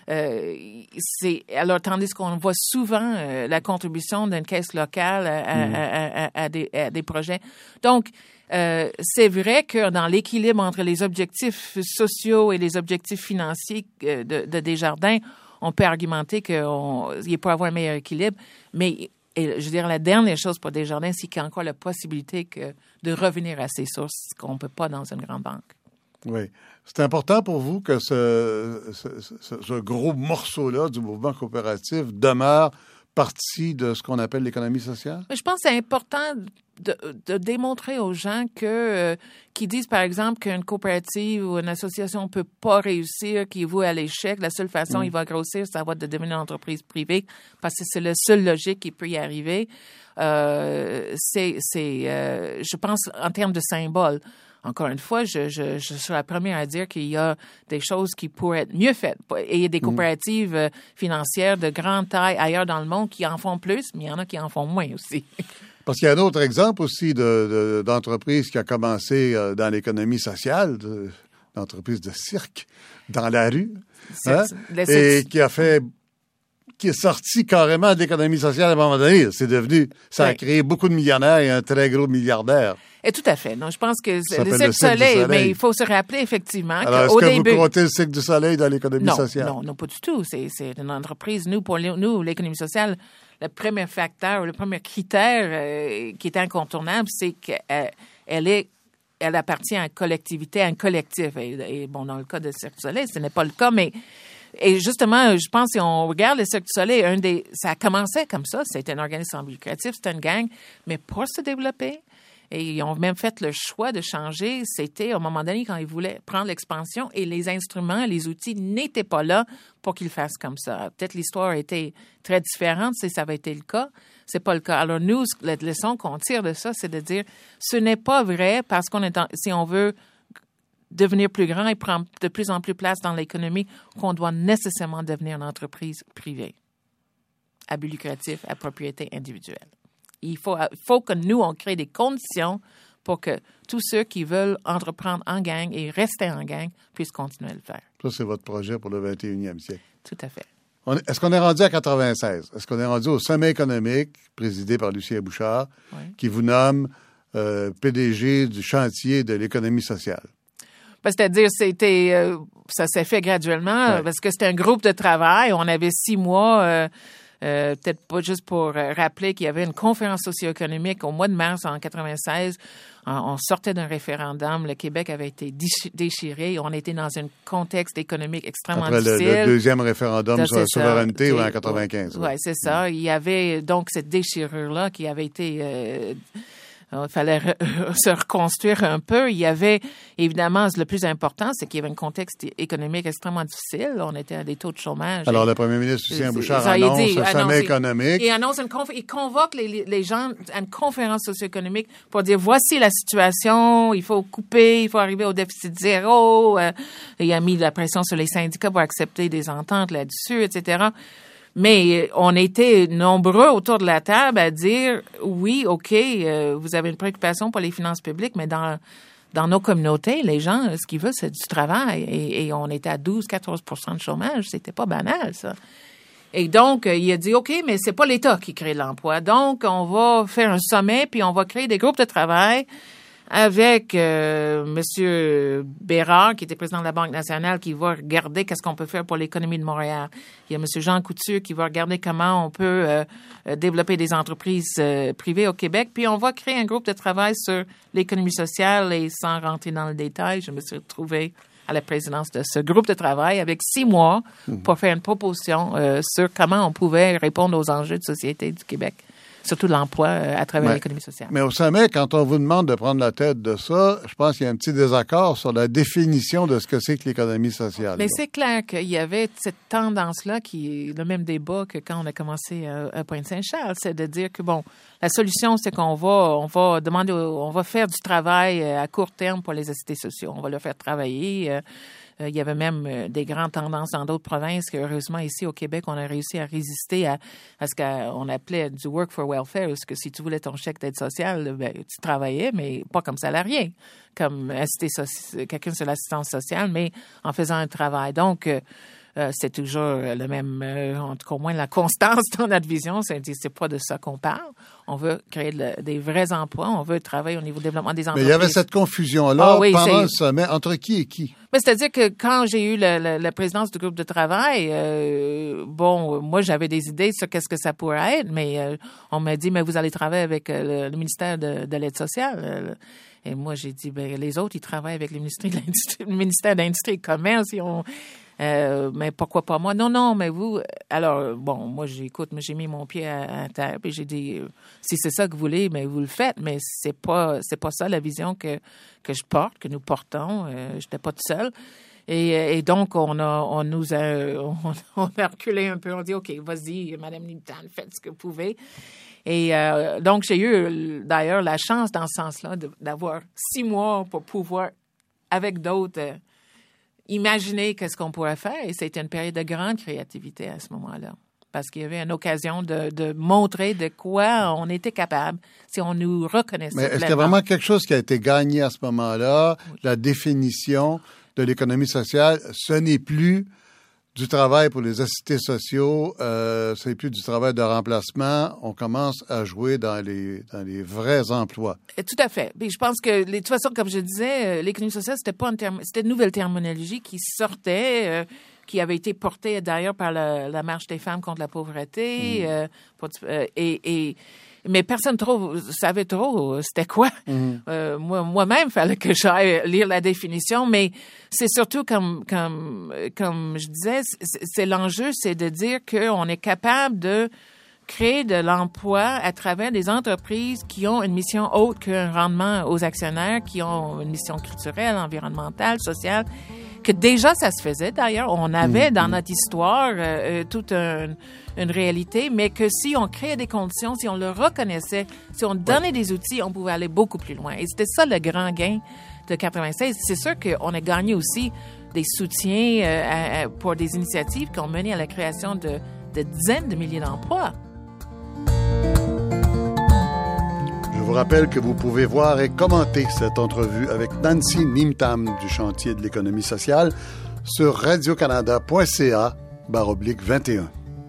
Alors, tandis qu'on voit souvent la contribution d'une caisse locale à des projets. Donc, c'est vrai que dans l'équilibre entre les objectifs sociaux et les objectifs financiers de Desjardins, on peut argumenter qu'il peut avoir un meilleur équilibre, mais et je veux dire, la dernière chose pour Desjardins, c'est qu'il y a encore la possibilité de revenir à ses sources qu'on ne peut pas dans une grande banque. Oui. C'est important pour vous que ce gros morceau-là du mouvement coopératif demeure partie de ce qu'on appelle l'économie sociale? Je pense que c'est important de démontrer aux gens qui disent, par exemple, qu'une coopérative ou une association ne peut pas réussir, qui vouent à l'échec. La seule façon il va grossir, ça va être de devenir une entreprise privée parce que c'est la seule logique qui peut y arriver. Je pense, en termes de symbole, encore une fois, je suis la première à dire qu'il y a des choses qui pourraient être mieux faites. Et il y a des coopératives financières de grande taille ailleurs dans le monde qui en font plus, mais il y en a qui en font moins aussi. Parce qu'il y a un autre exemple aussi d'entreprise qui a commencé dans l'économie sociale, d'entreprise de cirque, dans la rue, et qui est sorti carrément de l'économie sociale à un moment donné. Ça a créé beaucoup de millionnaires et un très gros milliardaire. Et tout à fait. Donc, je pense que c'est le Cirque du Soleil, mais il faut se rappeler effectivement qu'au début... vous comptez le Cirque du Soleil dans l'économie sociale? Non, pas du tout. C'est une entreprise. Pour nous, l'économie sociale, le premier facteur, le premier critère qui est incontournable, c'est qu'elle appartient à une collectivité, à un collectif. Et bon, dans le cas de Cirque du Soleil, ce n'est pas le cas, mais... Et justement, je pense, si on regarde le Cirque du Soleil, ça a commencé comme ça. C'était un organisme sans but lucratif, c'était une gang. Mais pour se développer, et ils ont même fait le choix de changer, c'était à un moment donné quand ils voulaient prendre l'expansion et les instruments, les outils n'étaient pas là pour qu'ils fassent comme ça. Peut-être l'histoire a été très différente si ça avait été le cas. C'est pas le cas. Alors nous, la leçon qu'on tire de ça, c'est de dire ce n'est pas vrai parce si on veut devenir plus grand et prendre de plus en plus place dans l'économie, qu'on doit nécessairement devenir une entreprise privée, à but lucratif, à propriété individuelle. Il faut que nous, on crée des conditions pour que tous ceux qui veulent entreprendre en gang et rester en gang puissent continuer à le faire. Ça, c'est votre projet pour le 21e siècle. Tout à fait. Est-ce qu'on est rendu à 96? Est-ce qu'on est rendu au sommet économique présidé par Lucien Bouchard, qui vous nomme PDG du chantier de l'économie sociale? C'est-à-dire, ça s'est fait graduellement parce que c'était un groupe de travail. On avait 6 mois, peut-être pas juste pour rappeler qu'il y avait une conférence socio-économique au mois de mars en 96. On sortait d'un référendum. Le Québec avait été déchiré. On était dans un contexte économique extrêmement difficile. Après le deuxième référendum sur la souveraineté en 95. Oui, c'est ça. Il y avait donc cette déchirure-là qui avait été... il fallait se reconstruire un peu. Il y avait, évidemment, le plus important, c'est qu'il y avait un contexte économique extrêmement difficile. On était à des taux de chômage. Alors, le premier ministre Lucien Bouchard annonce un sommet économique. Il annonce il convoque les gens à une conférence socio-économique pour dire, voici la situation, il faut couper, il faut arriver au déficit zéro. Il a mis la pression sur les syndicats pour accepter des ententes là-dessus, etc. Mais on était nombreux autour de la table à dire, oui, OK, vous avez une préoccupation pour les finances publiques, mais dans nos communautés, les gens, ce qu'ils veulent, c'est du travail. Et on était à 12-14% de chômage. C'était pas banal, ça. Et donc, il a dit, OK, mais c'est pas l'État qui crée l'emploi. Donc, on va faire un sommet, puis on va créer des groupes de travail avec Monsieur Bérard, qui était président de la Banque nationale, qui va regarder qu'est-ce qu'on peut faire pour l'économie de Montréal. Il y a Monsieur Jean Couture qui va regarder comment on peut développer des entreprises privées au Québec. Puis on va créer un groupe de travail sur l'économie sociale et sans rentrer dans le détail, je me suis retrouvée à la présidence de ce groupe de travail avec 6 mois pour faire une proposition sur comment on pouvait répondre aux enjeux de société du Québec. Surtout l'emploi à travers l'économie sociale. Mais au sommet, quand on vous demande de prendre la tête de ça, je pense qu'il y a un petit désaccord sur la définition de ce que c'est que l'économie sociale. Mais c'est clair qu'il y avait cette tendance-là qui est le même débat que quand on a commencé à Pointe-Saint-Charles, c'est de dire que, bon, la solution, c'est qu'on va demander, on va faire du travail à court terme pour les assistés sociaux. On va leur faire travailler. Il y avait même des grandes tendances dans d'autres provinces que, heureusement, ici au Québec, on a réussi à résister à ce qu'on appelait du work for welfare, parce que si tu voulais ton chèque d'aide sociale, ben, tu travaillais, mais pas comme salarié, comme quelqu'un sur l'assistance sociale, mais en faisant un travail. Donc, c'est toujours le même, en tout cas, au moins la constance dans notre vision, c'est pas de ça qu'on parle. On veut créer des vrais emplois, on veut travailler au niveau du développement des entreprises. Mais il y avait cette confusion-là pendant le sommet, entre qui et qui? Mais c'est-à-dire que quand j'ai eu la présidence du groupe de travail, moi, j'avais des idées sur qu'est-ce que ça pourrait être, mais on m'a dit, mais vous allez travailler avec le ministère de l'aide sociale. Et moi, j'ai dit, ben les autres, ils travaillent avec le ministère de l'Industrie et du Commerce. Mais pourquoi pas moi? Non, mais vous... Alors, bon, moi, j'ai mis mon pied à terre, puis j'ai dit, si c'est ça que vous voulez, mais vous le faites, mais c'est pas ça la vision que je porte, que nous portons. J'étais pas toute seule. Et donc, on a reculé un peu. On dit, OK, vas-y, Madame Nimitane, faites ce que vous pouvez. Et donc, j'ai eu d'ailleurs la chance dans ce sens-là d'avoir 6 mois pour pouvoir, avec d'autres, imaginer qu'est-ce qu'on pourrait faire. Et c'était une période de grande créativité à ce moment-là. Parce qu'il y avait une occasion de montrer de quoi on était capable si on nous reconnaissait. Mais est-ce qu'il y a vraiment quelque chose qui a été gagné à ce moment-là? Oui. La définition de l'économie sociale, ce n'est plus du travail pour les assistés sociaux, ce n'est plus du travail de remplacement. On commence à jouer dans les vrais emplois. Tout à fait. Mais je pense que, de toute façon, comme je disais, l'économie sociale, c'était une nouvelle terminologie qui sortait, qui avait été portée d'ailleurs par la Marche des femmes contre la pauvreté. Mais personne savait trop c'était quoi. Moi-même, fallait que j'aille lire la définition, mais c'est surtout comme je disais, c'est l'enjeu, c'est de dire qu'on est capable de créer de l'emploi à travers des entreprises qui ont une mission autre qu'un rendement aux actionnaires, qui ont une mission culturelle, environnementale, sociale, que déjà ça se faisait d'ailleurs. On avait dans notre histoire toute une réalité, mais que si on créait des conditions, si on le reconnaissait, si on donnait des outils, on pouvait aller beaucoup plus loin. Et c'était ça le grand gain de 96. C'est sûr qu'on a gagné aussi des soutiens pour des initiatives qui ont mené à la création de dizaines de milliers d'emplois. Je vous rappelle que vous pouvez voir et commenter cette entrevue avec Nancy Nimitane du chantier de l'économie sociale sur radiocanada.ca/21.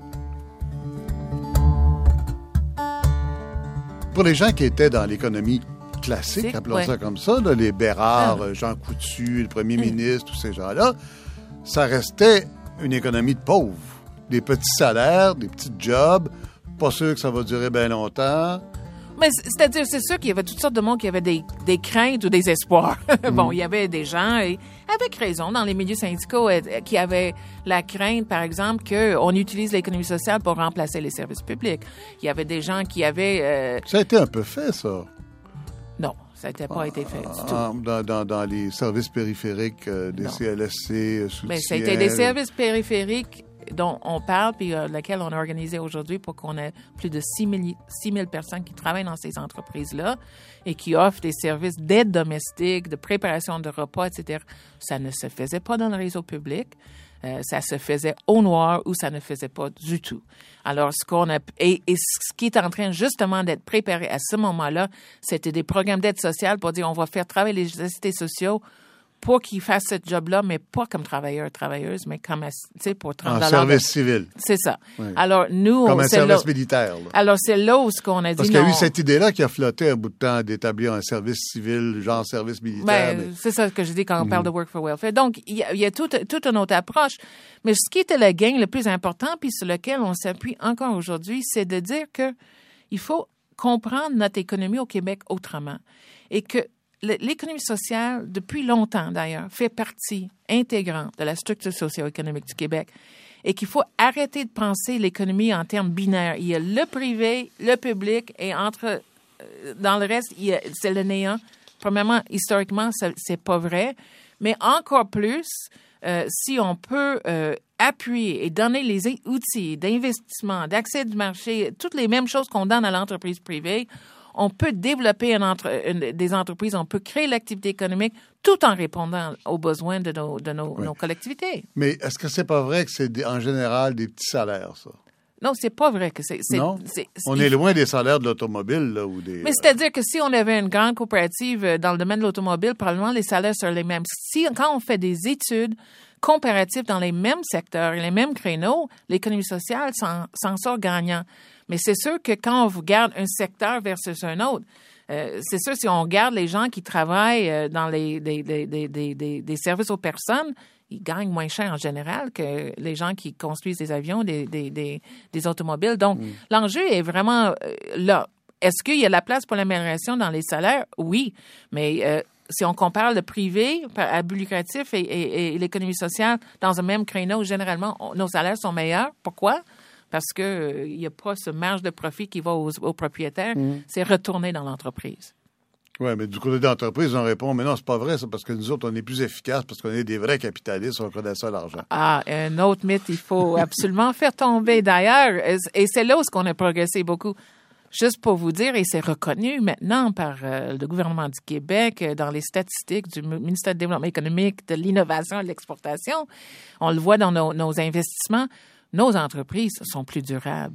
Pour les gens qui étaient dans l'économie classique, appelons ça comme ça, là, les Bérard, Jean Coutu, le premier ministre, tous ces gens-là, ça restait une économie de pauvres. Des petits salaires, des petits jobs, pas sûr que ça va durer bien longtemps. Mais c'est-à-dire, c'est sûr qu'il y avait toutes sortes de monde qui avaient des craintes ou des espoirs. Bon, il y avait des gens, avec raison, dans les milieux syndicaux, qui avaient la crainte, par exemple, qu'on utilise l'économie sociale pour remplacer les services publics. Il y avait des gens qui avaient... Ça a été un peu fait, ça. Ça n'a pas été fait du tout. Dans les services périphériques des CLSC, soutien. Mais ça a été des services périphériques dont on parle, puis laquelle on a organisé aujourd'hui pour qu'on ait plus de 6 000 personnes qui travaillent dans ces entreprises-là et qui offrent des services d'aide domestique, de préparation de repas, etc. Ça ne se faisait pas dans le réseau public. Ça se faisait au noir ou ça ne faisait pas du tout. Alors, et ce qui est en train justement d'être préparé à ce moment-là, c'était des programmes d'aide sociale pour dire on va faire travailler les assistés sociaux pour qu'ils fassent ce job-là, mais pas comme travailleurs, mais comme, pour 30 $. En service civil. C'est ça. Oui. Alors, nous... Comme un service militaire. Là. Alors, c'est là où ce qu'on a dit... Parce qu'il y a eu cette idée-là qui a flotté un bout de temps d'établir un service civil, genre service militaire. C'est ça que je dis quand on parle de Work for Welfare. Donc, il y a toute une autre approche. Mais ce qui était le gain le plus important, puis sur lequel on s'appuie encore aujourd'hui, c'est de dire que il faut comprendre notre économie au Québec autrement. Et que l'économie sociale, depuis longtemps d'ailleurs, fait partie intégrante de la structure socio-économique du Québec et qu'il faut arrêter de penser l'économie en termes binaires. Il y a le privé, le public et dans le reste, c'est le néant. Premièrement, historiquement, c'est pas vrai, mais encore plus, si on peut appuyer et donner les outils d'investissement, d'accès du marché, toutes les mêmes choses qu'on donne à l'entreprise privée, on peut développer des entreprises, on peut créer l'activité économique tout en répondant aux besoins de nos collectivités. Mais est-ce que c'est pas vrai que c'est en général des petits salaires, ça? Non, c'est pas vrai que c'est... Non? On est loin des salaires de l'automobile, là, ou des... Mais c'est-à-dire que si on avait une grande coopérative dans le domaine de l'automobile, probablement les salaires seraient les mêmes. Quand on fait des études comparatives dans les mêmes secteurs et les mêmes créneaux, l'économie sociale s'en sort gagnant. Mais c'est sûr que quand on regarde un secteur versus un autre, c'est sûr, si on regarde les gens qui travaillent dans des services aux personnes, ils gagnent moins cher en général que les gens qui construisent des avions, des automobiles. Donc, l'enjeu est vraiment là. Est-ce qu'il y a la place pour l'amélioration dans les salaires? Oui, mais si on compare le privé à but lucratif et l'économie sociale dans un même créneau, généralement, nos salaires sont meilleurs. Pourquoi? Parce que il n'y a pas ce marge de profit qui va aux propriétaires. C'est retourné dans l'entreprise. Oui, mais du côté de l'entreprise, on répond, mais non, c'est pas vrai, ça, parce que nous autres, on est plus efficaces, parce qu'on est des vrais capitalistes, on connaît ça, l'argent. Ah, un autre mythe, il faut absolument faire tomber. D'ailleurs, et c'est là où on a progressé beaucoup. Juste pour vous dire, et c'est reconnu maintenant par le gouvernement du Québec, dans les statistiques du ministère du Développement économique, de l'innovation et de l'exportation, on le voit dans nos investissements, nos entreprises sont plus durables.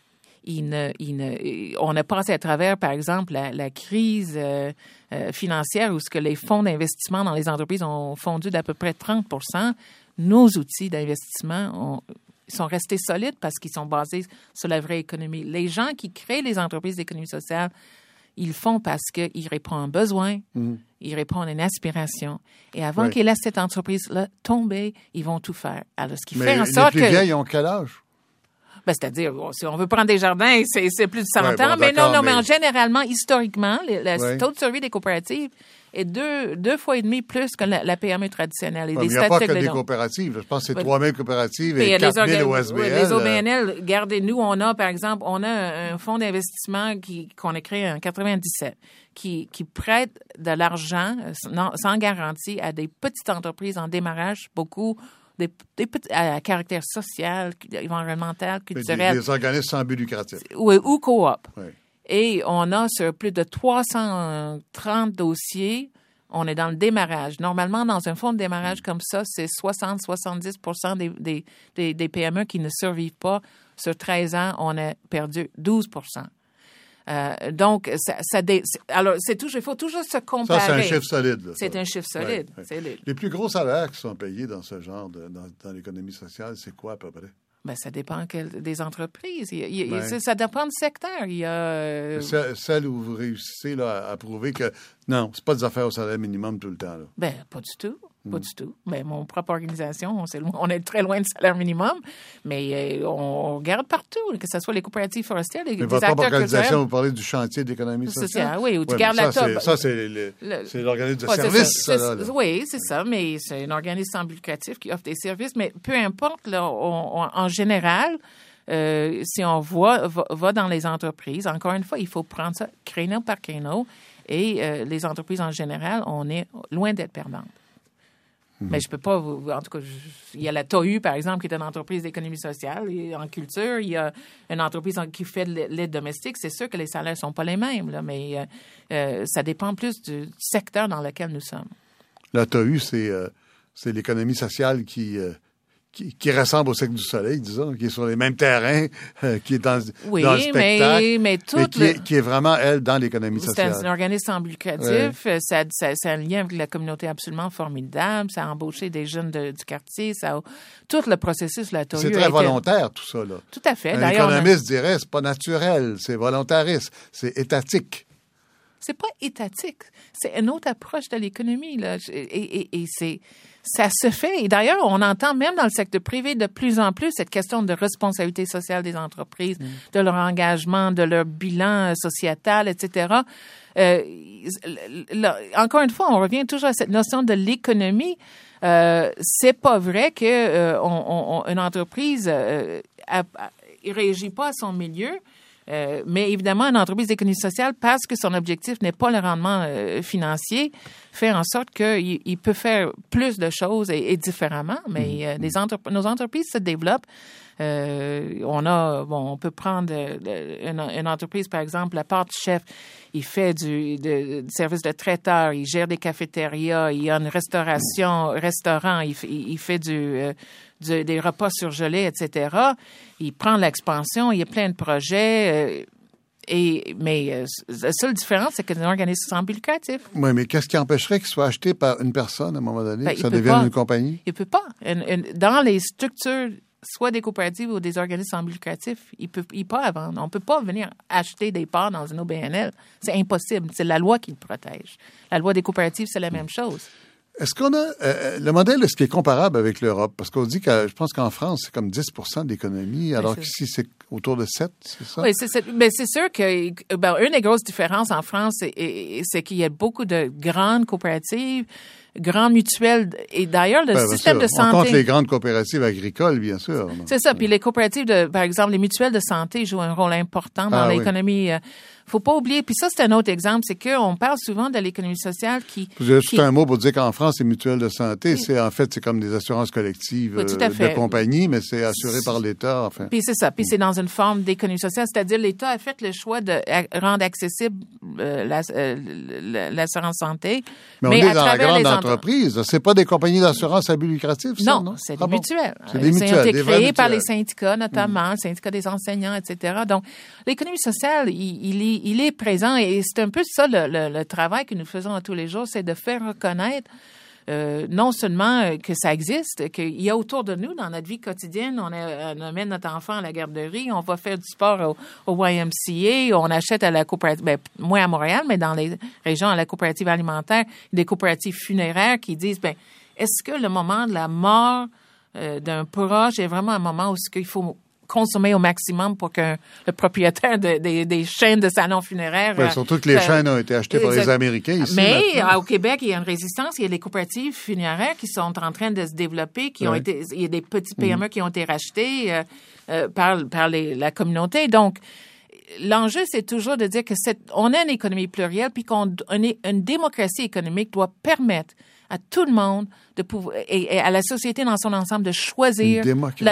On a passé à travers, par exemple, la crise financière où ce que les fonds d'investissement dans les entreprises ont fondu d'à peu près 30 %. Nos outils d'investissement sont restés solides parce qu'ils sont basés sur la vraie économie. Les gens qui créent les entreprises d'économie sociale, ils le font parce qu'ils répondent à un besoin, ils répondent à une aspiration. Et avant qu'ils laissent cette entreprise-là tomber, ils vont tout faire. Alors, ce qui fait en sorte que... les plus vieilles ont quel âge? C'est-à-dire, si on veut prendre des jardins, c'est plus de 100 ans. Mais non, mais généralement, historiquement, le taux de survie des coopératives est deux fois et demi plus que la PME traditionnelle. Il n'y a pas que des coopératives. Je pense que c'est 3 000 coopératives et 4 000 OSBL. Les OBNL, regardez-nous, par exemple, un fonds d'investissement qu'on a créé en 97 qui prête de l'argent sans garantie à des petites entreprises en démarrage, beaucoup des petits à caractère social, environnemental, culturel. Des organismes sans but lucratif. Oui, ou coop. Oui. Et on a sur plus de 330 dossiers, on est dans le démarrage. Normalement, dans un fonds de démarrage comme ça, c'est 60-70 % des PME qui ne survivent pas. Sur 13 ans, on a perdu 12 %. Donc, alors, il faut toujours se comparer. Ça, c'est un chiffre solide. Là, c'est un chiffre solide. Ouais, ouais. Les plus gros salaires qui sont payés dans ce genre, dans l'économie sociale, c'est quoi à peu près? Ben, ça dépend des entreprises. Ça dépend du secteur. Il y a... Celle où vous réussissez là, à prouver que non, c'est pas des affaires au salaire minimum tout le temps. Là. Ben, pas du tout. Pas du tout. Ben, mon propre organisation, on est très loin du salaire minimum, mais on regarde partout, que ce soit les coopératives forestières, les votre acteurs propre organisation, culturels. Vous parlez du chantier d'économie sociale? Oui, où tu gardes la top. Ça, c'est l'organisme de service. Oui, c'est ça, mais c'est un organisme sans but lucratif qui offre des services, mais peu importe, là, en général, si on va dans les entreprises, encore une fois, il faut prendre ça créneau par créneau, Et les entreprises en général, on est loin d'être perdantes. Mais je peux pas en tout cas, il y a la TOU, par exemple, qui est une entreprise d'économie sociale et en culture. Il y a une entreprise qui fait de l'aide domestique. C'est sûr que les salaires sont pas les mêmes, là, mais ça dépend plus du secteur dans lequel nous sommes. La TOU, c'est l'économie sociale qui ressemble au Cercle du Soleil, disons, qui est sur les mêmes terrains, qui est dans le spectacle, mais qui est vraiment, elle, dans l'économie sociale. C'est un organisme sans but lucratif. Ouais. Ça a un lien avec la communauté absolument formidable. Ça a embauché des jeunes du quartier. Tout le processus de la TOU. C'est très volontaire, tout ça, là. Tout à fait. Un économiste dirait, c'est pas naturel, c'est volontariste, c'est étatique. C'est pas étatique. C'est une autre approche de l'économie, là. Et ça se fait. Et d'ailleurs, on entend même dans le secteur privé de plus en plus cette question de responsabilité sociale des entreprises, de leur engagement, de leur bilan sociétal, etc. Encore une fois, on revient toujours à cette notion de l'économie. C'est pas vrai que une entreprise réagit pas à son milieu. Mais évidemment, une entreprise d'économie sociale, parce que son objectif n'est pas le rendement financier, fait en sorte qu'il peut faire plus de choses et différemment. Mais nos entreprises se développent. On peut prendre une entreprise, par exemple, la Pâte Chef. Il fait du service de traiteur, il gère des cafétérias, il y a une restaurant, il fait des repas surgelés, etc. Il prend l'expansion, il y a plein de projets. Mais la seule différence, c'est que c'est un organisme sans but lucratif. Oui, mais qu'est-ce qui empêcherait qu'il soit acheté par une personne à un moment donné, que ça devienne une compagnie? Il ne peut pas. Dans les structures, soit des coopératives ou des organismes sans but lucratif, il peut pas vendre. On ne peut pas venir acheter des parts dans une OBNL. C'est impossible. C'est la loi qui le protège. La loi des coopératives, c'est la même chose. Est-ce qu'on a le modèle, est-ce qu'il est comparable avec l'Europe? Parce qu'on dit que je pense qu'en France, c'est comme 10% d'économie, alors qu'ici, c'est autour de 7, c'est ça? Oui, mais c'est sûr que une des grosses différences en France, c'est qu'il y a beaucoup de grandes coopératives, grandes mutuelles, et d'ailleurs, le système de santé... On compte les grandes coopératives agricoles, bien sûr. C'est ça, puis les coopératives, par exemple, les mutuelles de santé jouent un rôle important dans l'économie... Faut pas oublier, puis ça, c'est un autre exemple, c'est qu'on parle souvent de l'économie sociale qui... Juste un mot pour dire qu'en France, les mutuelles de santé, c'est comme des assurances collectives de compagnie, mais c'est assuré par l'État, enfin. Puis c'est ça, puis c'est dans une forme d'économie sociale, c'est-à-dire l'État a fait le choix de rendre accessible l'assurance santé. Mais on est dans la grande entreprise, c'est pas des compagnies d'assurance à but lucratif, ça, non? C'est des mutuelles. C'est des mutuelles, ont été créées par les syndicats, notamment, le syndicat des enseignants, etc. Donc, l'économie sociale, il est présent et c'est un peu ça le travail que nous faisons tous les jours, c'est de faire reconnaître non seulement que ça existe, qu'il y a autour de nous dans notre vie quotidienne, on amène notre enfant à la garderie, on va faire du sport au YMCA, on achète à la coopérative, moins à Montréal, mais dans les régions à la coopérative alimentaire, des coopératives funéraires qui disent, est-ce que le moment de la mort d'un proche est vraiment un moment où il faut consommer au maximum pour que le propriétaire des chaînes de salons funéraires... surtout que les chaînes ont été achetées par les Américains ici. Mais au Québec, il y a une résistance. Il y a les coopératives funéraires qui sont en train de se développer, il y a des petits PME qui ont été rachetés par la communauté. Donc, l'enjeu, c'est toujours de dire que on a une économie plurielle, puis une démocratie économique doit permettre à tout le monde de pouvoir, et à la société dans son ensemble de choisir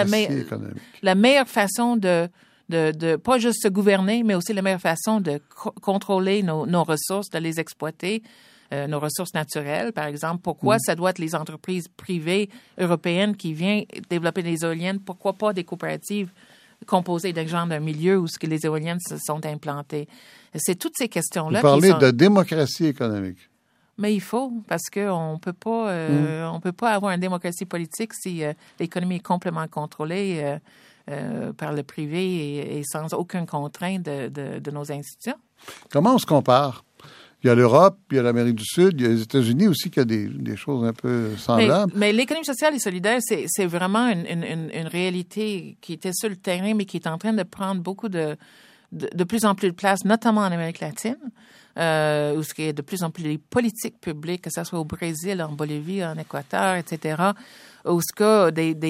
la meilleure façon de pas juste se gouverner, mais aussi la meilleure façon de contrôler nos ressources, de les exploiter, nos ressources naturelles, par exemple. Pourquoi ça doit être les entreprises privées européennes qui viennent développer des éoliennes? Pourquoi pas des coopératives composées d'un genre d'un milieu où les éoliennes se sont implantées? C'est toutes ces questions-là. Vous parlez de démocratie économique. Mais il faut, parce qu'on peut pas, on peut pas avoir une démocratie politique si l'économie est complètement contrôlée par le privé et sans aucune contrainte de nos institutions. Comment on se compare? Il y a l'Europe, il y a l'Amérique du Sud, il y a les États-Unis aussi qui a des choses un peu semblables. Mais l'économie sociale et solidaire, c'est vraiment une réalité qui était sur le terrain, mais qui est en train de prendre beaucoup de plus en plus de place, notamment en Amérique latine, où il y a de plus en plus de politiques publiques, que ce soit au Brésil, en Bolivie, en Équateur, etc., où ce que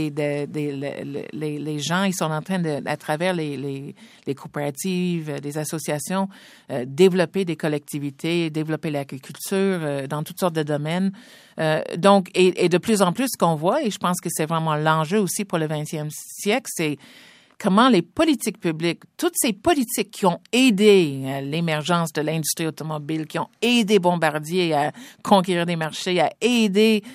les gens, ils sont en train de, à travers les coopératives, des associations, développer des collectivités, développer l'agriculture dans toutes sortes de domaines. Donc, et de plus en plus, ce qu'on voit, et je pense que c'est vraiment l'enjeu aussi pour le 20e siècle, c'est comment les politiques publiques, toutes ces politiques qui ont aidé l'émergence de l'industrie automobile, qui ont aidé Bombardier à conquérir des marchés, à aider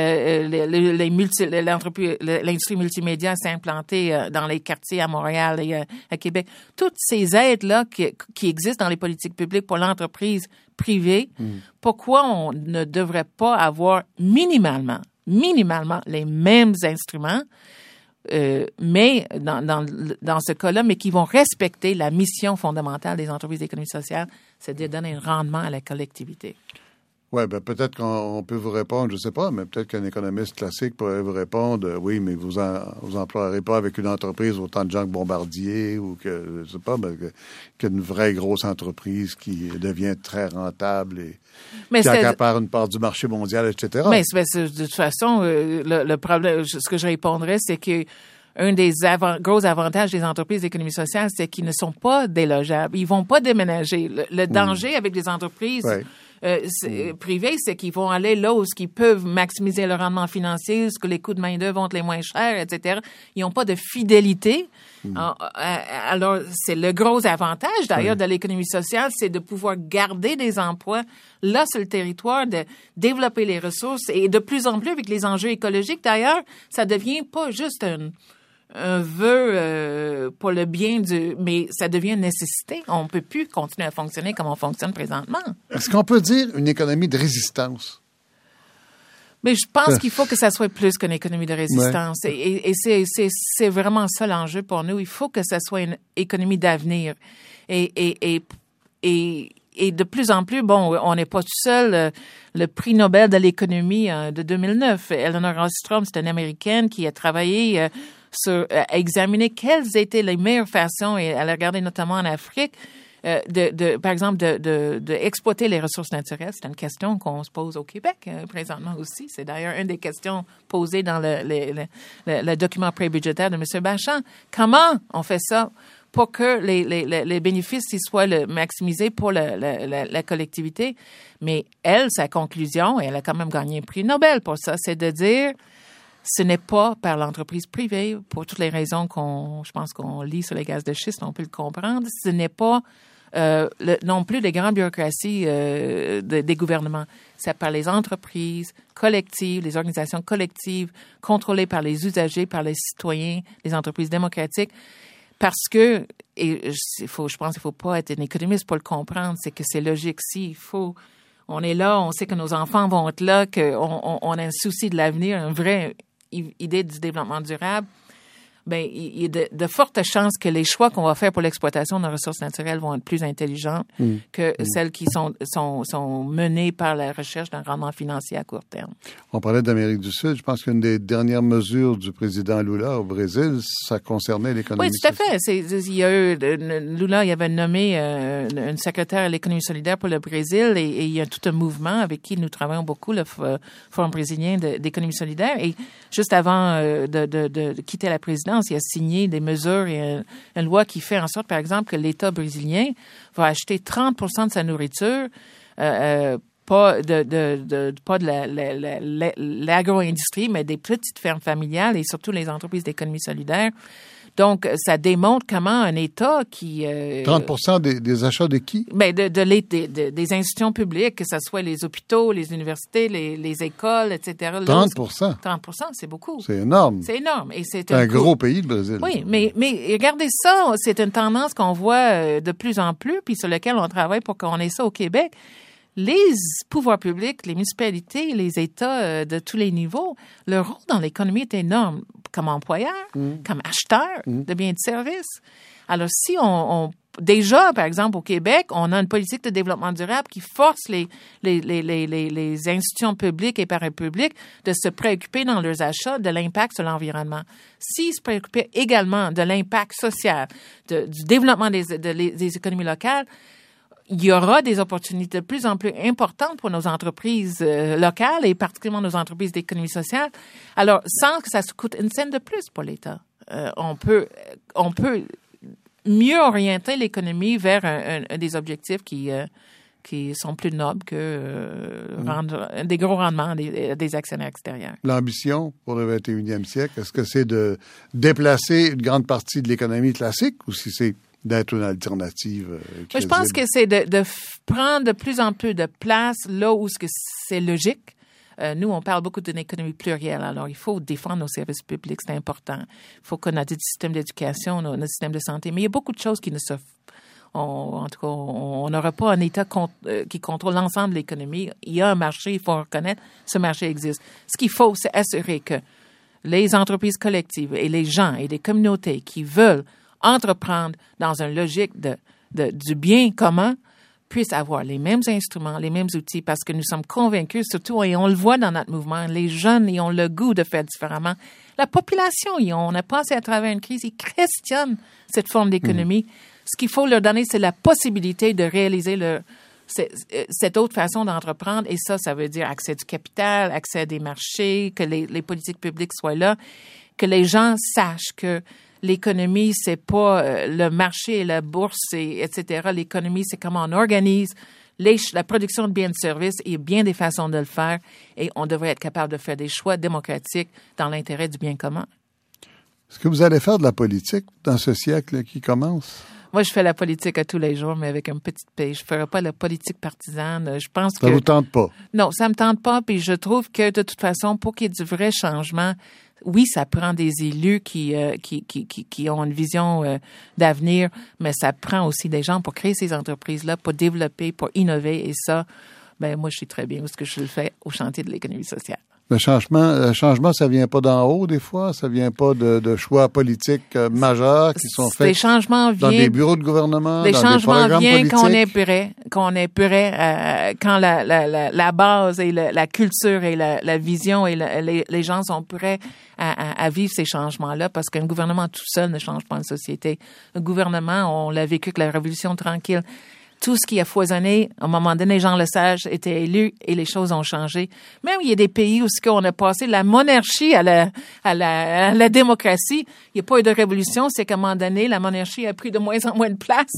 l'industrie multimédia à s'implanter dans les quartiers à Montréal et à Québec, toutes ces aides-là qui existent dans les politiques publiques pour l'entreprise privée, pourquoi on ne devrait pas avoir minimalement les mêmes instruments, mais dans ce cas-là, mais qui vont respecter la mission fondamentale des entreprises d'économie sociale, c'est de donner un rendement à la collectivité. Oui, ben peut-être qu'on peut vous répondre, je ne sais pas, mais peut-être qu'un économiste classique pourrait vous répondre, oui, mais vous emploierez pas avec une entreprise autant de gens que Bombardier ou que, je sais pas, qu'une vraie grosse entreprise qui devient très rentable et qui accapare une part du marché mondial, etc. Mais de toute façon, le problème, ce que je répondrais, c'est que un des gros avantages des entreprises d'économie sociale, c'est qu'ils ne sont pas délogeables. Ils vont pas déménager. Le danger avec des entreprises privées, c'est qu'ils vont aller là où ils peuvent maximiser le rendement financier, où que les coûts de main-d'œuvre vont être les moins chers, etc. Ils n'ont pas de fidélité. Alors, c'est le gros avantage, d'ailleurs, de l'économie sociale, c'est de pouvoir garder des emplois là sur le territoire, de développer les ressources. Et de plus en plus, avec les enjeux écologiques, d'ailleurs, ça devient pas juste un vœu pour le bien mais ça devient une nécessité. On ne peut plus continuer à fonctionner comme on fonctionne présentement. Est-ce qu'on peut dire une économie de résistance? Mais je pense qu'il faut que ça soit plus qu'une économie de résistance. Ouais. Et c'est vraiment ça l'enjeu pour nous. Il faut que ça soit une économie d'avenir. Et de plus en plus, bon, on n'est pas tout seul. Le prix Nobel de l'économie de 2009, Elinor Ostrom, c'est une Américaine qui a travaillé à examiner quelles étaient les meilleures façons, et elle a regardé notamment en Afrique, par exemple, d'exploiter les ressources naturelles. C'est une question qu'on se pose au Québec présentement aussi. C'est d'ailleurs une des questions posées dans le document pré-budgétaire de M. Bachand. Comment on fait ça pour que les bénéfices soient maximisés pour la collectivité? Mais elle, sa conclusion, et elle a quand même gagné un prix Nobel pour ça, c'est de dire ce n'est pas par l'entreprise privée, pour toutes les raisons je pense qu'on lit sur les gaz de schiste, on peut le comprendre. Ce n'est pas non plus les grandes bureaucraties des gouvernements. C'est par les entreprises collectives, les organisations collectives, contrôlées par les usagers, par les citoyens, les entreprises démocratiques. Parce que, je pense qu'il ne faut pas être un économiste pour le comprendre, c'est que c'est logique. On est là, on sait que nos enfants vont être là, qu'on a un souci de l'avenir, une vraie idée du développement durable, ben, il y a de fortes chances que les choix qu'on va faire pour l'exploitation de nos ressources naturelles vont être plus intelligentes que celles qui sont menées par la recherche d'un rendement financier à court terme. On parlait d'Amérique du Sud. Je pense qu'une des dernières mesures du président Lula au Brésil, ça concernait l'économie sociale. Oui, tout à fait. Lula, il avait nommé une secrétaire à l'économie solidaire pour le Brésil et il y a tout un mouvement avec qui nous travaillons beaucoup, le Forum brésilien d'économie solidaire. Et juste avant de quitter la présidence, il a signé des mesures et une loi qui fait en sorte, par exemple, que l'État brésilien va acheter 30% de sa nourriture, pas de l'agro-industrie, mais des petites fermes familiales et surtout les entreprises d'économie solidaire. Donc, ça démontre comment un État qui... 30% des achats de qui? Ben des institutions publiques, que ce soit les hôpitaux, les universités, les écoles, etc. 30%? 30%, c'est beaucoup. C'est énorme. C'est énorme. Et c'est un gros pays, le Brésil. Oui, mais regardez ça, c'est une tendance qu'on voit de plus en plus, puis sur laquelle on travaille pour qu'on ait ça au Québec. Les pouvoirs publics, les municipalités, les États de tous les niveaux, leur rôle dans l'économie est énorme, comme employeur, comme acheteur de biens et de services. Alors, si déjà, par exemple, au Québec, on a une politique de développement durable qui force les institutions publiques et parapubliques de se préoccuper dans leurs achats de l'impact sur l'environnement. S'ils se préoccupaient également de l'impact social, du développement des économies locales, il y aura des opportunités de plus en plus importantes pour nos entreprises locales et particulièrement nos entreprises d'économie sociale. Alors, sans que ça se coûte une scène de plus pour l'État, on peut mieux orienter l'économie vers des objectifs qui sont plus nobles que rendre des gros rendements des actionnaires extérieurs. L'ambition pour le 21e siècle, est-ce que c'est de déplacer une grande partie de l'économie classique ou si c'est d'être une alternative crédible? Je pense que c'est de prendre de plus en plus de place là où c'est logique. Nous, on parle beaucoup d'une économie plurielle. Alors, il faut défendre nos services publics, c'est important. Il faut qu'on ait des systèmes d'éducation, notre système de santé. Mais il y a beaucoup de choses qui ne se... en tout cas, on n'aura pas un État qui contrôle l'ensemble de l'économie. Il y a un marché, il faut reconnaître, ce marché existe. Ce qu'il faut, c'est assurer que les entreprises collectives et les gens et les communautés qui veulent entreprendre dans une logique du bien commun puissent avoir les mêmes instruments, les mêmes outils, parce que nous sommes convaincus, surtout, et on le voit dans notre mouvement, les jeunes, ils ont le goût de faire différemment. La population, on a passé à travers une crise, ils questionnent cette forme d'économie. Ce qu'il faut leur donner, c'est la possibilité de réaliser cette autre façon d'entreprendre. Et ça veut dire accès du capital, accès à des marchés, que les politiques publiques soient là, que les gens sachent que l'économie, c'est pas le marché et la bourse, etc. L'économie, c'est comment on organise la production de biens et de services. Il y a bien des façons de le faire et on devrait être capable de faire des choix démocratiques dans l'intérêt du bien commun. Est-ce que vous allez faire de la politique dans ce siècle qui commence? Moi, je fais la politique à tous les jours, mais avec une petite paix. Je ne ferai pas la politique partisane. Je pense ça ne vous tente pas? Non, ça ne me tente pas. Puis je trouve que, de toute façon, pour qu'il y ait du vrai changement, oui, ça prend des élus qui ont une vision d'avenir, mais ça prend aussi des gens pour créer ces entreprises-là, pour développer, pour innover. Et ça, moi, je suis très bien parce que je le fais au chantier de l'économie sociale. Le changement, ça vient pas d'en haut des fois, ça vient pas de choix politiques majeurs qui sont faits dans des bureaux de gouvernement, dans des programmes politiques. Les changements viennent quand on est prêt, quand la base et la culture et la vision et les gens sont prêts à vivre ces changements-là, parce qu'un gouvernement tout seul ne change pas une société. Un gouvernement, on l'a vécu avec la Révolution tranquille. Tout ce qui a foisonné, à un moment donné, Jean Lesage était élu et les choses ont changé. Même il y a des pays où on a passé de la monarchie à la démocratie. Il n'y a pas eu de révolution, c'est qu'à un moment donné, la monarchie a pris de moins en moins de place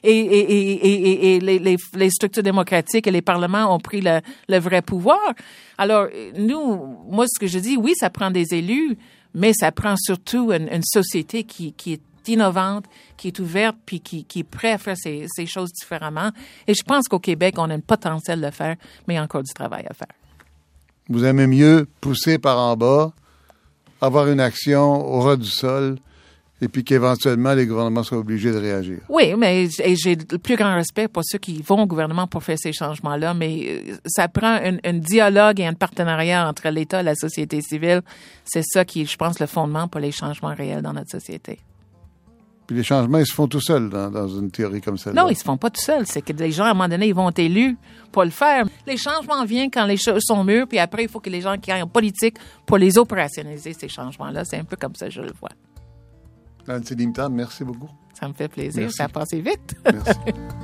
et les structures démocratiques et les parlements ont pris le vrai pouvoir. Alors, moi, ce que je dis, oui, ça prend des élus, mais ça prend surtout une société qui est innovante, qui est ouverte, puis qui est prête à faire ces choses différemment. Et je pense qu'au Québec, on a le potentiel de le faire, mais il y a encore du travail à faire. Vous aimez mieux pousser par en bas, avoir une action au ras du sol, et puis qu'éventuellement, les gouvernements soient obligés de réagir. Oui, mais j'ai le plus grand respect pour ceux qui vont au gouvernement pour faire ces changements-là, mais ça prend un dialogue et un partenariat entre l'État et la société civile. C'est ça qui est, je pense, le fondement pour les changements réels dans notre société. Puis les changements, ils se font tout seuls dans une théorie comme celle-là. Non, ils se font pas tout seuls. C'est que les gens, à un moment donné, ils vont être élus pour le faire. Les changements viennent quand les choses sont mûres, puis après, il faut que les gens qui aient en politique pour les opérationnaliser, ces changements-là. C'est un peu comme ça que je le vois. Nancy Limtam, merci beaucoup. Ça me fait plaisir. Merci. Ça a passé vite. Merci.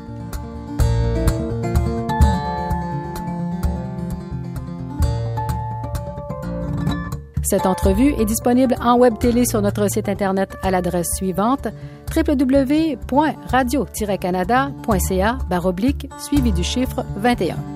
Cette entrevue est disponible en web télé sur notre site Internet à l'adresse suivante www.radio-canada.ca/suivi du chiffre 21.